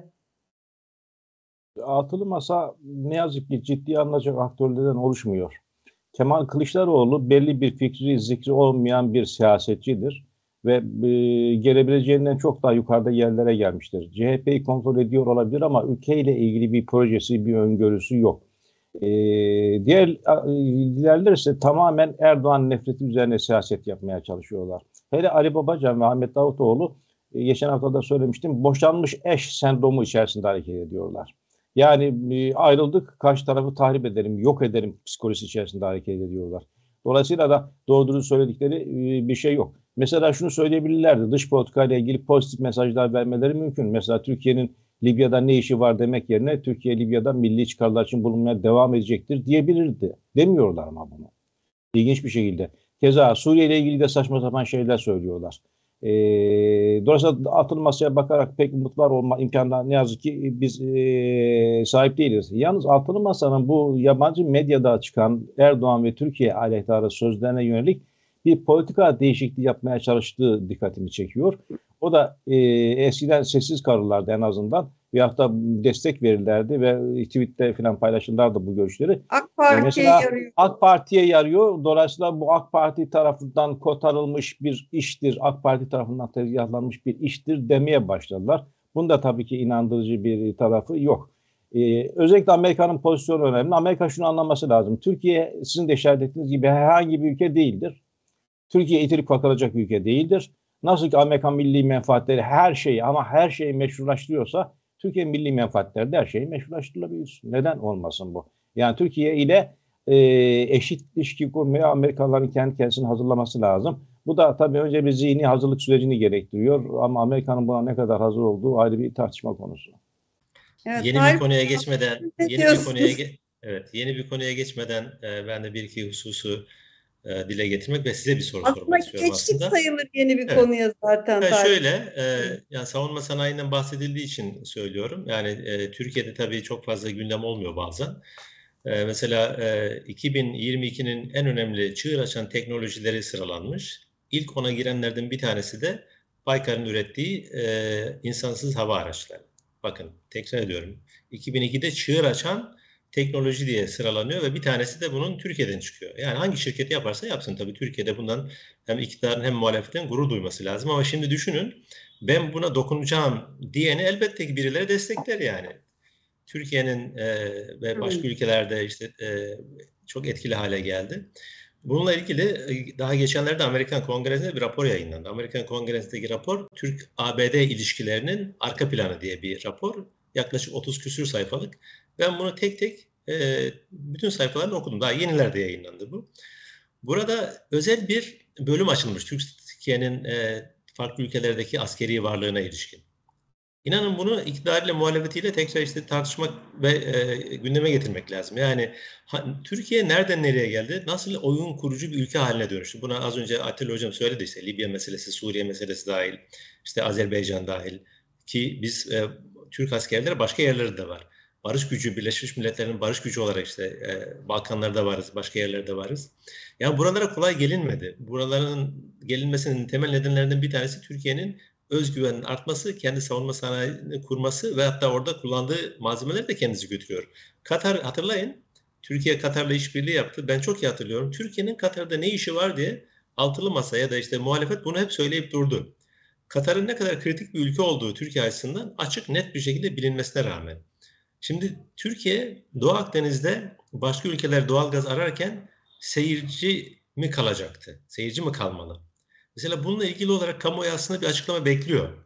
Altılı masa ne yazık ki ciddi alınacak aktörlerden oluşmuyor. Kemal Kılıçdaroğlu belli bir fikri zikri olmayan bir siyasetçidir ve gelebileceğinden çok daha yukarıda yerlere gelmiştir. CHP'yi kontrol ediyor olabilir ama ülkeyle ilgili bir projesi, bir öngörüsü yok. Diğer liderler ise tamamen Erdoğan nefreti üzerine siyaset yapmaya çalışıyorlar. Hele Ali Babacan ve Ahmet Davutoğlu geçen hafta da söylemiştim, boşanmış eş sendromu içerisinde hareket ediyorlar. Yani ayrıldık, karşı tarafı tahrip edelim, yok edelim psikolojisi içerisinde hareket ediyorlar. Dolayısıyla da doğru dürüst söyledikleri bir şey yok. Mesela şunu söyleyebilirlerdi, dış politikayla ilgili pozitif mesajlar vermeleri mümkün. Mesela Türkiye'nin Libya'da ne işi var demek yerine Türkiye Libya'da milli çıkarlar için bulunmaya devam edecektir diyebilirdi. Demiyorlar ama bunu. İlginç bir şekilde. Keza Suriye ile ilgili de saçma sapan şeyler söylüyorlar. Dolayısıyla altılı masaya bakarak pek umutlar olma imkanına ne yazık ki biz sahip değiliz. Yalnız altılı masanın bu yabancı medyada çıkan Erdoğan ve Türkiye aleyhtarı sözlerine yönelik bir politika değişikliği yapmaya çalıştığı dikkatimi çekiyor. O da eskiden sessiz kalırlardı en azından veyahut da destek verirlerdi ve tweette falan paylaşırlardı bu görüşleri. AK Parti'ye yarıyor. AK Parti'ye yarıyor. Dolayısıyla bu AK Parti tarafından kotarılmış bir iştir, AK Parti tarafından tezgahlanmış bir iştir demeye başladılar. Bunda tabii ki inandırıcı bir tarafı yok. Özellikle Amerika'nın pozisyonu önemli. Amerika şunu anlaması lazım. Türkiye sizin de işaret ettiğiniz gibi herhangi bir ülke değildir. Türkiye itilip kakılacak bir ülke değildir. Nasıl ki Amerikan milli menfaatleri her şeyi ama her şeyi meşrulaştırıyorsa Türkiye milli menfaatleri de her şeyi meşrulaştırılabilir. Neden olmasın bu? Yani Türkiye ile eşit ilişki kurmaya Amerikalıların kendi kendisini hazırlaması lazım. Bu da tabii önce bir zihni hazırlık sürecini gerektiriyor ama Amerika'nın buna ne kadar hazır olduğu ayrı bir tartışma konusu. Evet, yeni bir konuya geçmeden yeni bir konuya geçmeden ben de bir iki hususu dile getirmek ve size bir soru sormak istiyorum aslında. Geçtik sayılır yeni bir konuya zaten. Şöyle, yani savunma sanayinden bahsedildiği için söylüyorum. Yani Türkiye'de tabii çok fazla gündem olmuyor bazen. Mesela 2022'nin en önemli çığır açan teknolojileri sıralanmış. İlk ona girenlerden bir tanesi de Baykar'ın ürettiği insansız hava araçları. Bakın tekrar ediyorum. 2002'de çığır açan teknoloji diye sıralanıyor ve bir tanesi de bunun Türkiye'den çıkıyor. Yani hangi şirket yaparsa yapsın tabii Türkiye'de bundan hem iktidarın hem muhalefetin gurur duyması lazım. Ama şimdi düşünün, ben buna dokunacağım diyeni elbette ki birileri destekler yani. Türkiye'nin ve başka ülkelerde işte çok etkili hale geldi. Bununla ilgili daha geçenlerde Amerikan Kongresi'nde bir rapor yayınlandı. Amerikan Kongresi'ndeki rapor Türk-ABD ilişkilerinin arka planı diye bir rapor. Yaklaşık 30 küsür sayfalık. Ben bunu tek tek bütün sayfalarını okudum. Daha yenilerde yayınlandı bu. Burada özel bir bölüm açılmış Türkiye'nin farklı ülkelerdeki askeri varlığına ilişkin. İnanın bunu iktidarıyla muhalefetiyle tekrar işte tartışmak ve gündeme getirmek lazım. Yani Türkiye nereden nereye geldi? Nasıl oyun kurucu bir ülke haline dönüştü? Buna az önce Atilla Hocam söyledi işte Libya meselesi, Suriye meselesi dahil, işte Azerbaycan dahil ki biz Türk askerleri başka yerlerde de var. Barış gücü, Birleşmiş Milletler'in barış gücü olarak işte Balkanlarda varız, başka yerlerde varız. Yani buralara kolay gelinmedi. Buraların gelinmesinin temel nedenlerinden bir tanesi Türkiye'nin özgüvenin artması, kendi savunma sanayini kurması ve hatta orada kullandığı malzemeleri de kendisi götürüyor. Katar, hatırlayın, Türkiye Katar'la işbirliği yaptı. Ben çok iyi hatırlıyorum. Türkiye'nin Katar'da ne işi var diye altılı masa ya da işte muhalefet bunu hep söyleyip durdu. Katar'ın ne kadar kritik bir ülke olduğu Türkiye açısından açık net bir şekilde bilinmesine rağmen. Şimdi Türkiye Doğu Akdeniz'de başka ülkeler doğalgaz ararken seyirci mi kalacaktı? Seyirci mi kalmalı? Mesela bununla ilgili olarak kamuoyu aslında bir açıklama bekliyor.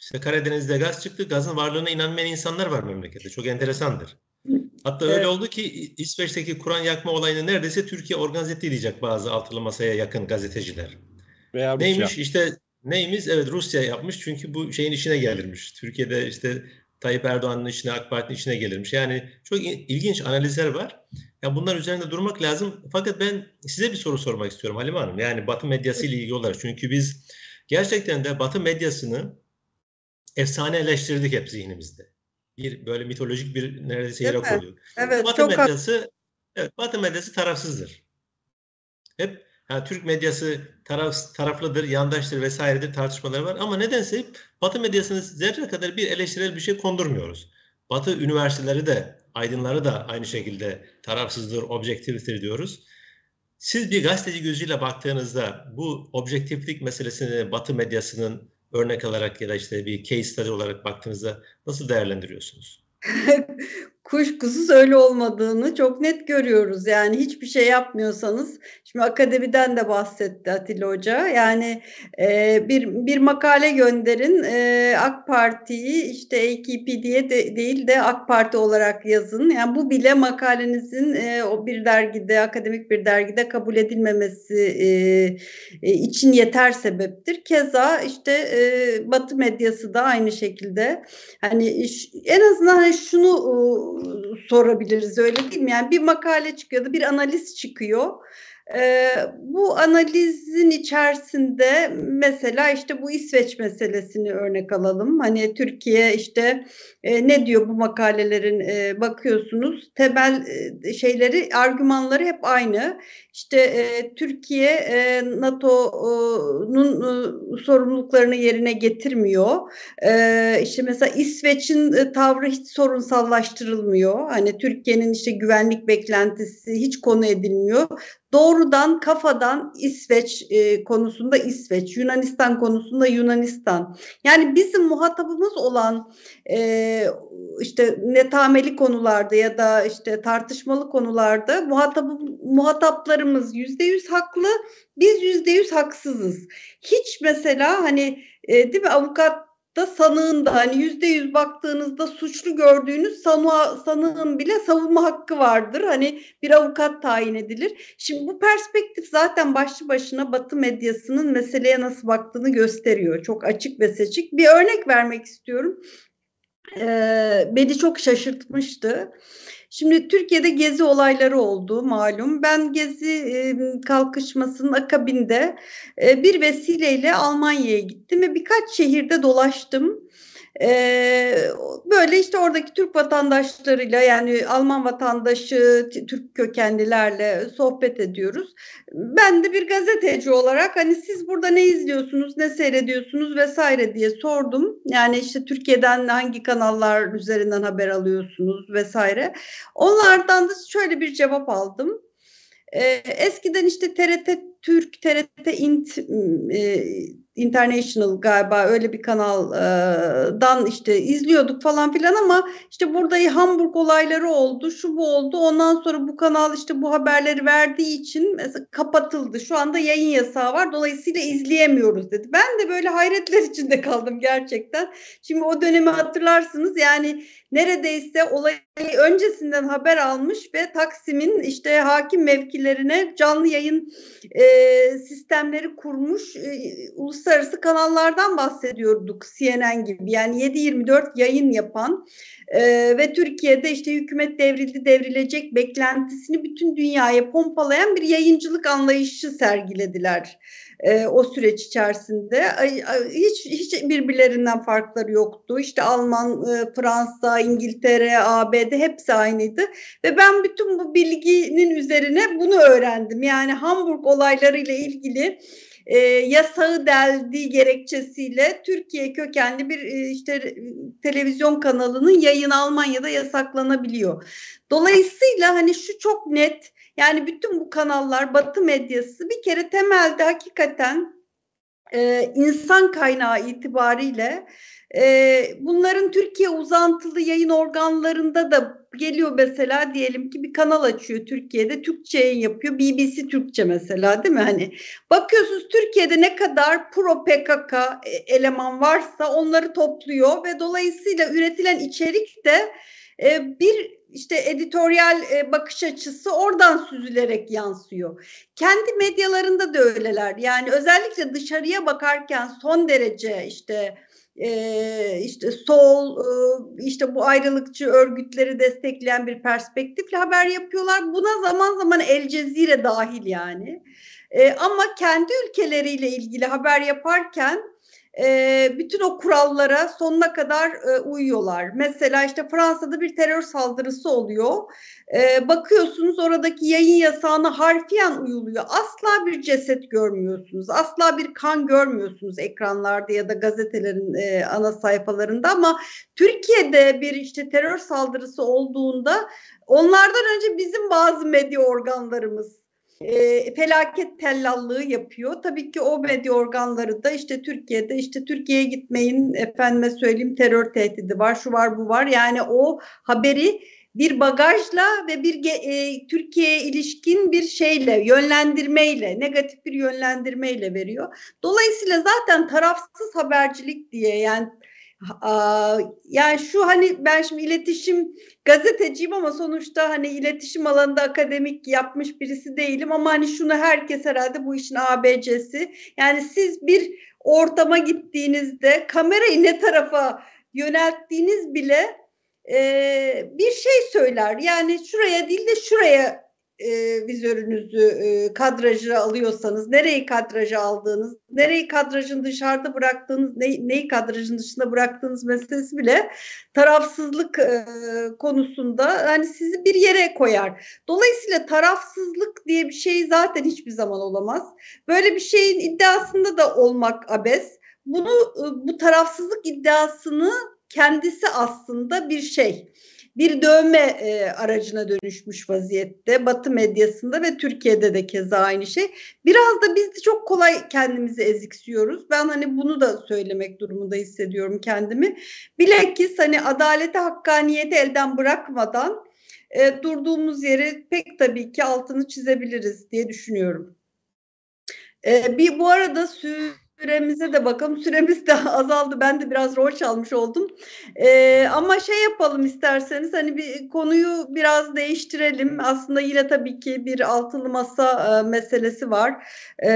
İşte Karadeniz'de gaz çıktı. Gazın varlığına inanmayan insanlar var memlekette. Çok enteresandır. Hatta öyle oldu ki İsveç'teki Kur'an yakma olayını neredeyse Türkiye organize etti diyecek bazı altılı masaya yakın gazeteciler. Veya Rusya. Neymiş işte neymiş? Evet, Rusya yapmış çünkü bu şeyin içine gelirmiş. Türkiye'de işte Tayyip Erdoğan'ın içine, AK Parti'nin içine gelirmiş. Yani çok ilginç analizler var. Ya bunlar üzerinde durmak lazım. Fakat ben size bir soru sormak istiyorum Halime Hanım. Yani Batı medyası ile ilgili olarak. Çünkü biz gerçekten de Batı medyasını efsaneleştirdik hep zihnimizde. Bir böyle mitolojik bir neredeyse yere koyuyor. Evet, Batı çok medyası, evet, Batı medyası tarafsızdır. Hep yani Türk medyası taraflıdır, yandaştır vesairedir tartışmaları var. Ama nedense hep Batı medyasını zerre kadar bir eleştirel bir şey kondurmuyoruz. Batı üniversiteleri de, aydınları da aynı şekilde tarafsızdır, objektiftir diyoruz. Siz bir gazeteci gözüyle baktığınızda bu objektiflik meselesini Batı medyasının örnek alarak ya da işte bir case study olarak baktığınızda nasıl değerlendiriyorsunuz? Kuşkusuz öyle olmadığını çok net görüyoruz. Yani hiçbir şey yapmıyorsanız, şimdi akademiden de bahsetti Atilla Hoca. Yani bir makale gönderin, AK Parti'yi işte AKP diye değil de AK Parti olarak yazın. Yani bu bile makalenizin o bir dergide, akademik bir dergide kabul edilmemesi için yeter sebeptir. Keza işte Batı medyası da aynı şekilde. Hani en azından hani şunu sorabiliriz, öyle değil mi? Yani bir makale çıkıyor da bir analiz çıkıyor. Bu analizin içerisinde mesela işte bu İsveç meselesini örnek alalım. Hani Türkiye işte ne diyor bu makalelerin, bakıyorsunuz temel şeyleri, argümanları hep aynı. İşte Türkiye NATO'nun sorumluluklarını yerine getirmiyor. İşte mesela İsveç'in tavrı hiç sorunsallaştırılmıyor. Hani Türkiye'nin işte güvenlik beklentisi hiç konu edilmiyor. Doğrudan kafadan İsveç konusunda İsveç, Yunanistan konusunda Yunanistan. Yani bizim muhatabımız olan işte netameli konularda ya da işte tartışmalı konularda muhataplarımız %100 haklı, biz %100 haksızız. Hiç mesela hani değil mi, avukat da sanığın da hani %100 baktığınızda suçlu gördüğünüz sanığın bile savunma hakkı vardır. Hani bir avukat tayin edilir. Şimdi bu perspektif zaten başlı başına Batı medyasının meseleye nasıl baktığını gösteriyor. Çok açık ve seçik. Bir örnek vermek istiyorum. Beni çok şaşırtmıştı. Şimdi Türkiye'de gezi olayları oldu malum. Ben gezi kalkışmasının akabinde bir vesileyle Almanya'ya gittim ve birkaç şehirde dolaştım. Böyle işte oradaki Türk vatandaşlarıyla, yani Alman vatandaşı, Türk kökenlilerle sohbet ediyoruz. Ben de bir gazeteci olarak hani siz burada ne izliyorsunuz, ne seyrediyorsunuz vesaire diye sordum. Yani işte Türkiye'den hangi kanallar üzerinden haber alıyorsunuz vesaire. Onlardan da şöyle bir cevap aldım. Eskiden işte TRT Türk, TRT International galiba öyle bir kanaldan işte izliyorduk falan filan, ama işte burada Hamburg olayları oldu, şu bu oldu. Ondan sonra bu kanal işte bu haberleri verdiği için mesela kapatıldı. Şu anda yayın yasağı var. Dolayısıyla izleyemiyoruz dedi. Ben de böyle hayretler içinde kaldım gerçekten. Şimdi o dönemi hatırlarsınız. Yani neredeyse olayı öncesinden haber almış ve Taksim'in işte hakim mevkilerine canlı yayın sistemleri kurmuş uluslararası kanallardan bahsediyorduk, CNN gibi. Yani 7/24 yayın yapan ve Türkiye'de işte hükümet devrildi, devrilecek beklentisini bütün dünyaya pompalayan bir yayıncılık anlayışı sergilediler o süreç içerisinde. Hiç birbirlerinden farkları yoktu. İşte Alman, Fransa, İngiltere, ABD hepsi aynıydı. Ve ben bütün bu bilginin üzerine bunu öğrendim. Yani Hamburg olaylarıyla ilgili yasağı deldiği gerekçesiyle Türkiye kökenli bir işte televizyon kanalının yayını Almanya'da yasaklanabiliyor. Dolayısıyla hani şu çok net, yani bütün bu kanallar, Batı medyası bir kere temelde hakikaten insan kaynağı itibariyle bunların Türkiye uzantılı yayın organlarında da geliyor mesela, diyelim ki bir kanal açıyor Türkiye'de, Türkçe yayın yapıyor, BBC Türkçe mesela, değil mi? Hani bakıyorsunuz Türkiye'de ne kadar pro PKK eleman varsa onları topluyor ve dolayısıyla üretilen içerik de bir işte editoryal bakış açısı oradan süzülerek yansıyor. Kendi medyalarında da öyleler. Yani özellikle dışarıya bakarken son derece işte sol, işte bu ayrılıkçı örgütleri destekleyen bir perspektifle haber yapıyorlar. Buna zaman zaman El Cezire dahil yani. Ama kendi ülkeleriyle ilgili haber yaparken bütün o kurallara sonuna kadar uyuyorlar. Mesela işte Fransa'da bir terör saldırısı oluyor. Bakıyorsunuz oradaki yayın yasağına harfiyen uyuluyor. Asla bir ceset görmüyorsunuz. Asla bir kan görmüyorsunuz ekranlarda ya da gazetelerin ana sayfalarında, ama Türkiye'de bir işte terör saldırısı olduğunda onlardan önce bizim bazı medya organlarımız felaket tellallığı yapıyor. Tabii ki o medya organları da işte Türkiye'de işte Türkiye'ye gitmeyin, efendime söyleyeyim terör tehdidi var, şu var bu var. Yani o haberi bir bagajla ve bir Türkiye'ye ilişkin bir şeyle, yönlendirmeyle, negatif bir yönlendirmeyle veriyor. Dolayısıyla zaten tarafsız habercilik diye yani şu hani ben şimdi iletişim gazeteciyim ama sonuçta hani iletişim alanında akademik yapmış birisi değilim, ama hani şunu herkes herhalde bu işin ABC'si. Yani siz bir ortama gittiğinizde kamerayı ne tarafa yönelttiğiniz bile bir şey söyler. Yani şuraya değil de şuraya vizörünüzü kadraja alıyorsanız, nereyi kadraja aldığınız, nereyi kadrajın dışarıda bıraktığınız, neyi kadrajın dışında bıraktığınız meselesi bile tarafsızlık konusunda hani sizi bir yere koyar. Dolayısıyla tarafsızlık diye bir şey zaten hiçbir zaman olamaz. Böyle bir şeyin iddiasında da olmak abes. Bu tarafsızlık iddiasını kendisi aslında bir dövme aracına dönüşmüş vaziyette Batı medyasında ve Türkiye'de de keza aynı şey. Biraz da biz de çok kolay kendimizi eziksiyoruz. Ben hani bunu da söylemek durumunda hissediyorum kendimi. Bilakis hani adalete, hakkaniyeti elden bırakmadan durduğumuz yeri pek tabii ki altını çizebiliriz diye düşünüyorum. Bu arada süremize de bakalım. Süremiz de azaldı. Ben de biraz rol çalmış oldum. Ama şey yapalım isterseniz, hani bir konuyu biraz değiştirelim. Aslında yine tabii ki bir altılı masa meselesi var.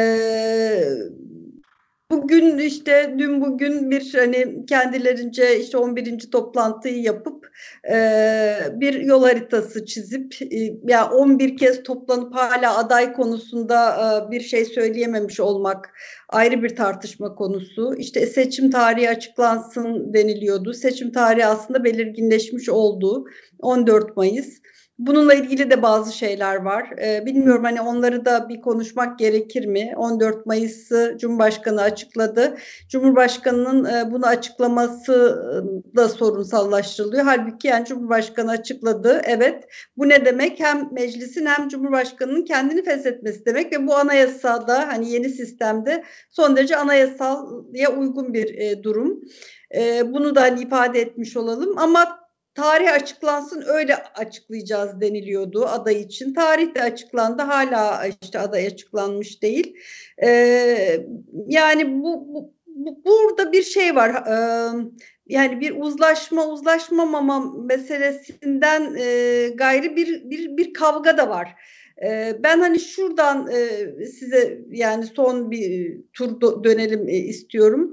Bugün işte bugün bir hani kendilerince işte 11. toplantıyı yapıp bir yol haritası çizip yani 11 kez toplanıp hala aday konusunda bir şey söyleyememiş olmak ayrı bir tartışma konusu. İşte seçim tarihi açıklansın deniliyordu. Seçim tarihi aslında belirginleşmiş oldu. 14 Mayıs. Bununla ilgili de bazı şeyler var. Bilmiyorum hani onları da bir konuşmak gerekir mi? 14 Mayıs'ı Cumhurbaşkanı açıkladı. Cumhurbaşkanının bunu açıklaması da sorunsallaştırılıyor. Halbuki yani Cumhurbaşkanı açıkladı. Evet. Bu ne demek? Hem meclisin hem Cumhurbaşkanının kendini feshetmesi demek ve bu anayasada hani yeni sistemde son derece anayasalya uygun bir durum. Bunu da hani ifade etmiş olalım, ama tarih açıklansın öyle açıklayacağız deniliyordu aday için. Tarih de açıklandı, hala işte aday açıklanmış değil. Yani burada bir şey var. Yani bir uzlaşmama meselesinden gayrı bir kavga da var. Ben hani şuradan size yani son bir tur dönelim istiyorum.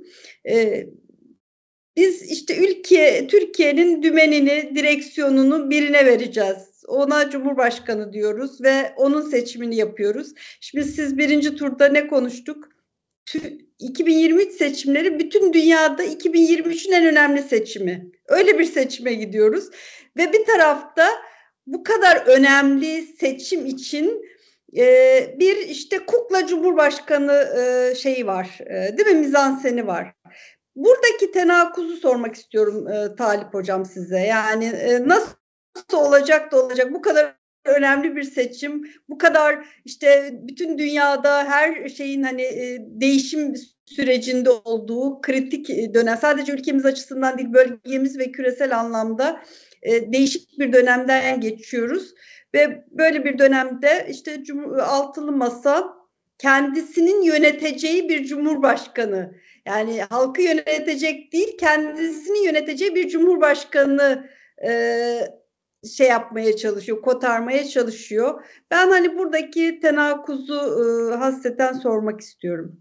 Biz işte Türkiye'nin dümenini, direksiyonunu birine vereceğiz. Ona Cumhurbaşkanı diyoruz ve onun seçimini yapıyoruz. Şimdi siz birinci turda ne konuştuk? 2023 seçimleri bütün dünyada 2023'ün en önemli seçimi. Öyle bir seçime gidiyoruz. Ve bir tarafta bu kadar önemli seçim için bir işte kukla Cumhurbaşkanı şeyi var. Değil mi? Mizanseni var. Buradaki tenakuzu sormak istiyorum Talip Hocam size. Yani nasıl olacak da olacak bu kadar önemli bir seçim, bu kadar işte bütün dünyada her şeyin hani değişim sürecinde olduğu kritik dönem, sadece ülkemiz açısından değil bölgemiz ve küresel anlamda değişik bir dönemden geçiyoruz ve böyle bir dönemde işte altılı masa kendisinin yöneteceği bir cumhurbaşkanı, yani halkı yönetecek değil, kendisini yöneteceği bir cumhurbaşkanı şey yapmaya çalışıyor, kotarmaya çalışıyor. Ben hani buradaki tenakuzu hasreten sormak istiyorum.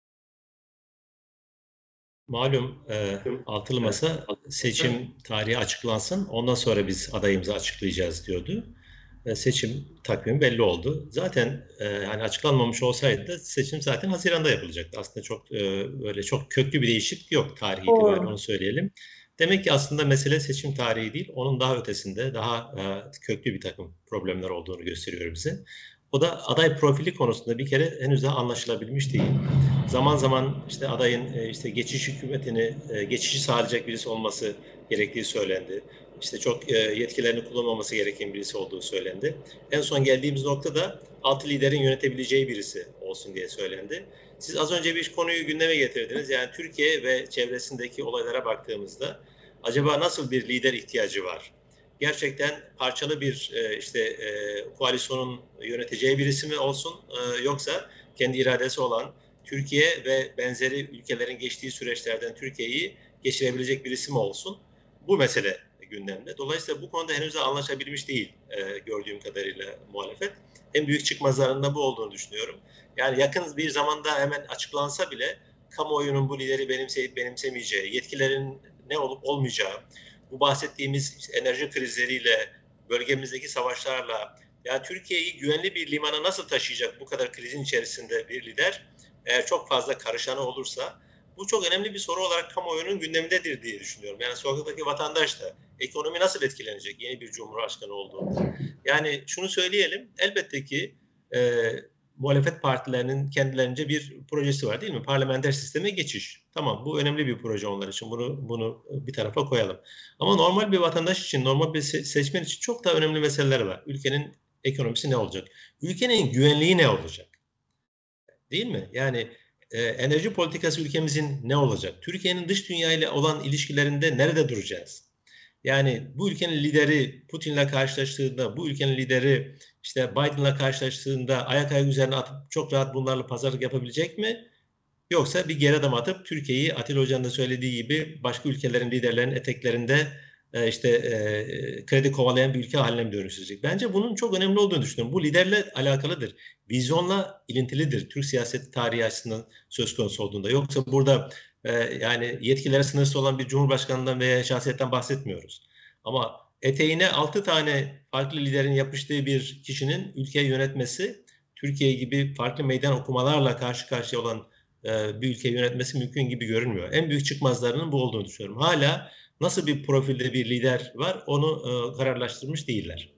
Malum altılı masa seçim tarihi açıklansın, ondan sonra biz adayımızı açıklayacağız diyordu. Seçim takvimi belli oldu. Zaten hani açıklanmamış olsaydı da seçim zaten Haziran'da yapılacaktı. Aslında çok böyle çok köklü bir değişiklik yok tarih itibariyle, onu söyleyelim. Demek ki aslında mesele seçim tarihi değil, onun daha ötesinde daha köklü bir takım problemler olduğunu gösteriyor bize. O da aday profili konusunda bir kere henüz daha anlaşılabilmiş değil. Zaman zaman işte adayın işte geçiş hükümetini geçişi sağlayacak birisi olması gerektiği söylendi. İşte çok yetkilerini kullanmaması gereken birisi olduğu söylendi. En son geldiğimiz noktada altı liderin yönetebileceği birisi olsun diye söylendi. Siz az önce bir konuyu gündeme getirdiniz. Yani Türkiye ve çevresindeki olaylara baktığımızda acaba nasıl bir lider ihtiyacı var? Gerçekten parçalı bir koalisyonun yöneteceği birisi mi olsun, yoksa kendi iradesi olan Türkiye ve benzeri ülkelerin geçtiği süreçlerden Türkiye'yi geçirebilecek birisi mi olsun? Bu mesele gündemde. Dolayısıyla bu konuda henüz de anlaşabilmiş değil gördüğüm kadarıyla muhalefet. En büyük çıkmazlarında bu olduğunu düşünüyorum. Yani yakın bir zamanda hemen açıklansa bile kamuoyunun bu lideri benimseyip benimsemeyeceği, yetkilerin ne olup olmayacağı, bu bahsettiğimiz işte enerji krizleriyle, bölgemizdeki savaşlarla, ya Türkiye'yi güvenli bir limana nasıl taşıyacak bu kadar krizin içerisinde bir lider, eğer çok fazla karışanı olursa, bu çok önemli bir soru olarak kamuoyunun gündemindedir diye düşünüyorum. Yani sokaktaki vatandaş da ekonomi nasıl etkilenecek yeni bir cumhurbaşkanı olduğunda. Yani şunu söyleyelim, elbette ki muhalefet partilerinin kendilerince bir projesi var değil mi? Parlamenter sisteme geçiş. Tamam, bu önemli bir proje onlar için. Bunu bir tarafa koyalım. Ama normal bir vatandaş için, normal bir seçmen için çok daha önemli meseleler var. Ülkenin ekonomisi ne olacak? Ülkenin güvenliği ne olacak? Değil mi? Yani enerji politikası ülkemizin ne olacak? Türkiye'nin dış dünya ile olan ilişkilerinde nerede duracağız? Yani bu ülkenin lideri Putin'le karşılaştığında, bu ülkenin lideri işte Biden'la karşılaştığında ayak üzerine atıp çok rahat bunlarla pazarlık yapabilecek mi? Yoksa bir geri adım atıp Türkiye'yi Atilla Hoca'nın da söylediği gibi başka ülkelerin liderlerinin eteklerinde kredi kovalayan bir ülke haline mi dönüşecek? Bence bunun çok önemli olduğunu düşünüyorum. Bu liderle alakalıdır. Vizyonla ilintilidir. Türk siyaset tarihi açısından söz konusu olduğunda. Yoksa burada yani yetkileri sınırsız olan bir cumhurbaşkanından veya şahsiyetten bahsetmiyoruz. Ama eteğine 6 tane farklı liderin yapıştığı bir kişinin ülkeyi yönetmesi, Türkiye gibi farklı meydan okumalarla karşı karşıya olan bir ülkeyi yönetmesi mümkün gibi görünmüyor. En büyük çıkmazlarının bu olduğunu düşünüyorum. Hala nasıl bir profilde bir lider var, onu kararlaştırmış değiller.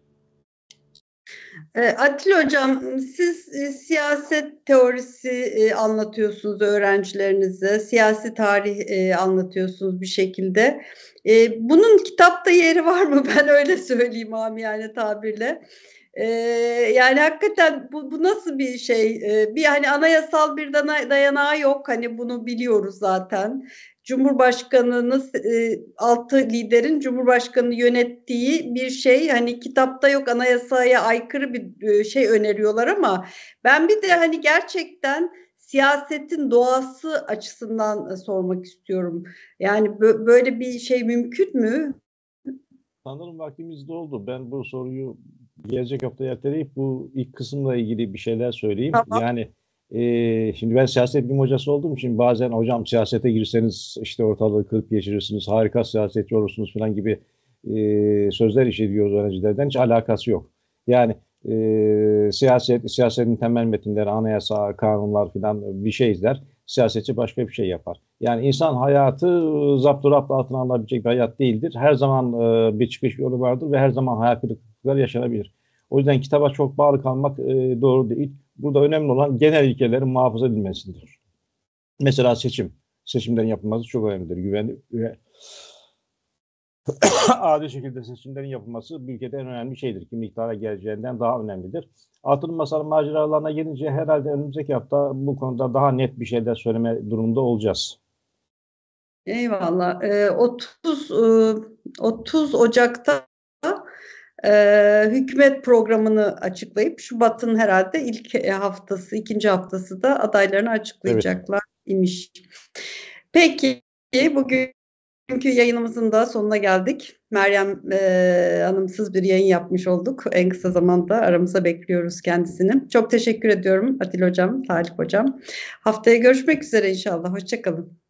Atilla Hocam, siz siyaset teorisi anlatıyorsunuz öğrencilerinize, siyasi tarih anlatıyorsunuz bir şekilde. Bunun kitapta yeri var mı? Ben öyle söyleyeyim amiyane tabirle. Yani hakikaten bu nasıl bir şey? Bir hani anayasal bir dayanağı yok. Hani bunu biliyoruz zaten. Cumhurbaşkanının altı liderin Cumhurbaşkanı yönettiği bir şey, hani kitapta yok, anayasaya aykırı bir şey öneriyorlar ama ben bir de hani gerçekten siyasetin doğası açısından sormak istiyorum. Yani böyle bir şey mümkün mü? Sanırım vaktimiz doldu. Ben bu soruyu gelecek hafta erteleyip bu ilk kısımla ilgili bir şeyler söyleyeyim. Tamam. Yani şimdi ben siyaset bilim hocası olduğum için bazen hocam siyasete girseniz işte ortalığı kırıp geçirirsiniz, harika siyasetçi olursunuz falan gibi sözler işitiyoruz öğrencilerden. Hiç alakası yok. Yani siyasetin temel metinleri, anayasa, kanunlar falan bir şey izler. Siyasetçi başka bir şey yapar. Yani insan hayatı zapturapt altına alınabilecek bir hayat değildir. Her zaman bir çıkış yolu vardır ve her zaman hayal kırıklıkları yaşanabilir. O yüzden kitaba çok bağlı kalmak doğru değil. Burada önemli olan genel ilkelerin muhafaza edilmesidir. Mesela seçim. Seçimlerin yapılması çok önemlidir. Güvenli ve adil şekilde seçimlerin yapılması bir ülkede en önemli şeydir. Kim iktidara geleceğinden daha önemlidir. Altılı Masa'nın maceralarına gelince herhalde önümüzdeki hafta bu konuda daha net bir şeyler söyleme durumunda olacağız. Eyvallah. 30 Ocak'ta hükümet programını açıklayıp Şubat'ın herhalde ilk haftası, ikinci haftası da adaylarını açıklayacaklar imiş. Peki, bugünkü yayınımızın da sonuna geldik. Meryem Hanımsız bir yayın yapmış olduk. En kısa zamanda aramıza bekliyoruz kendisini. Çok teşekkür ediyorum Atilla Hocam, Talip Hocam. Haftaya görüşmek üzere inşallah. Hoşça kalın.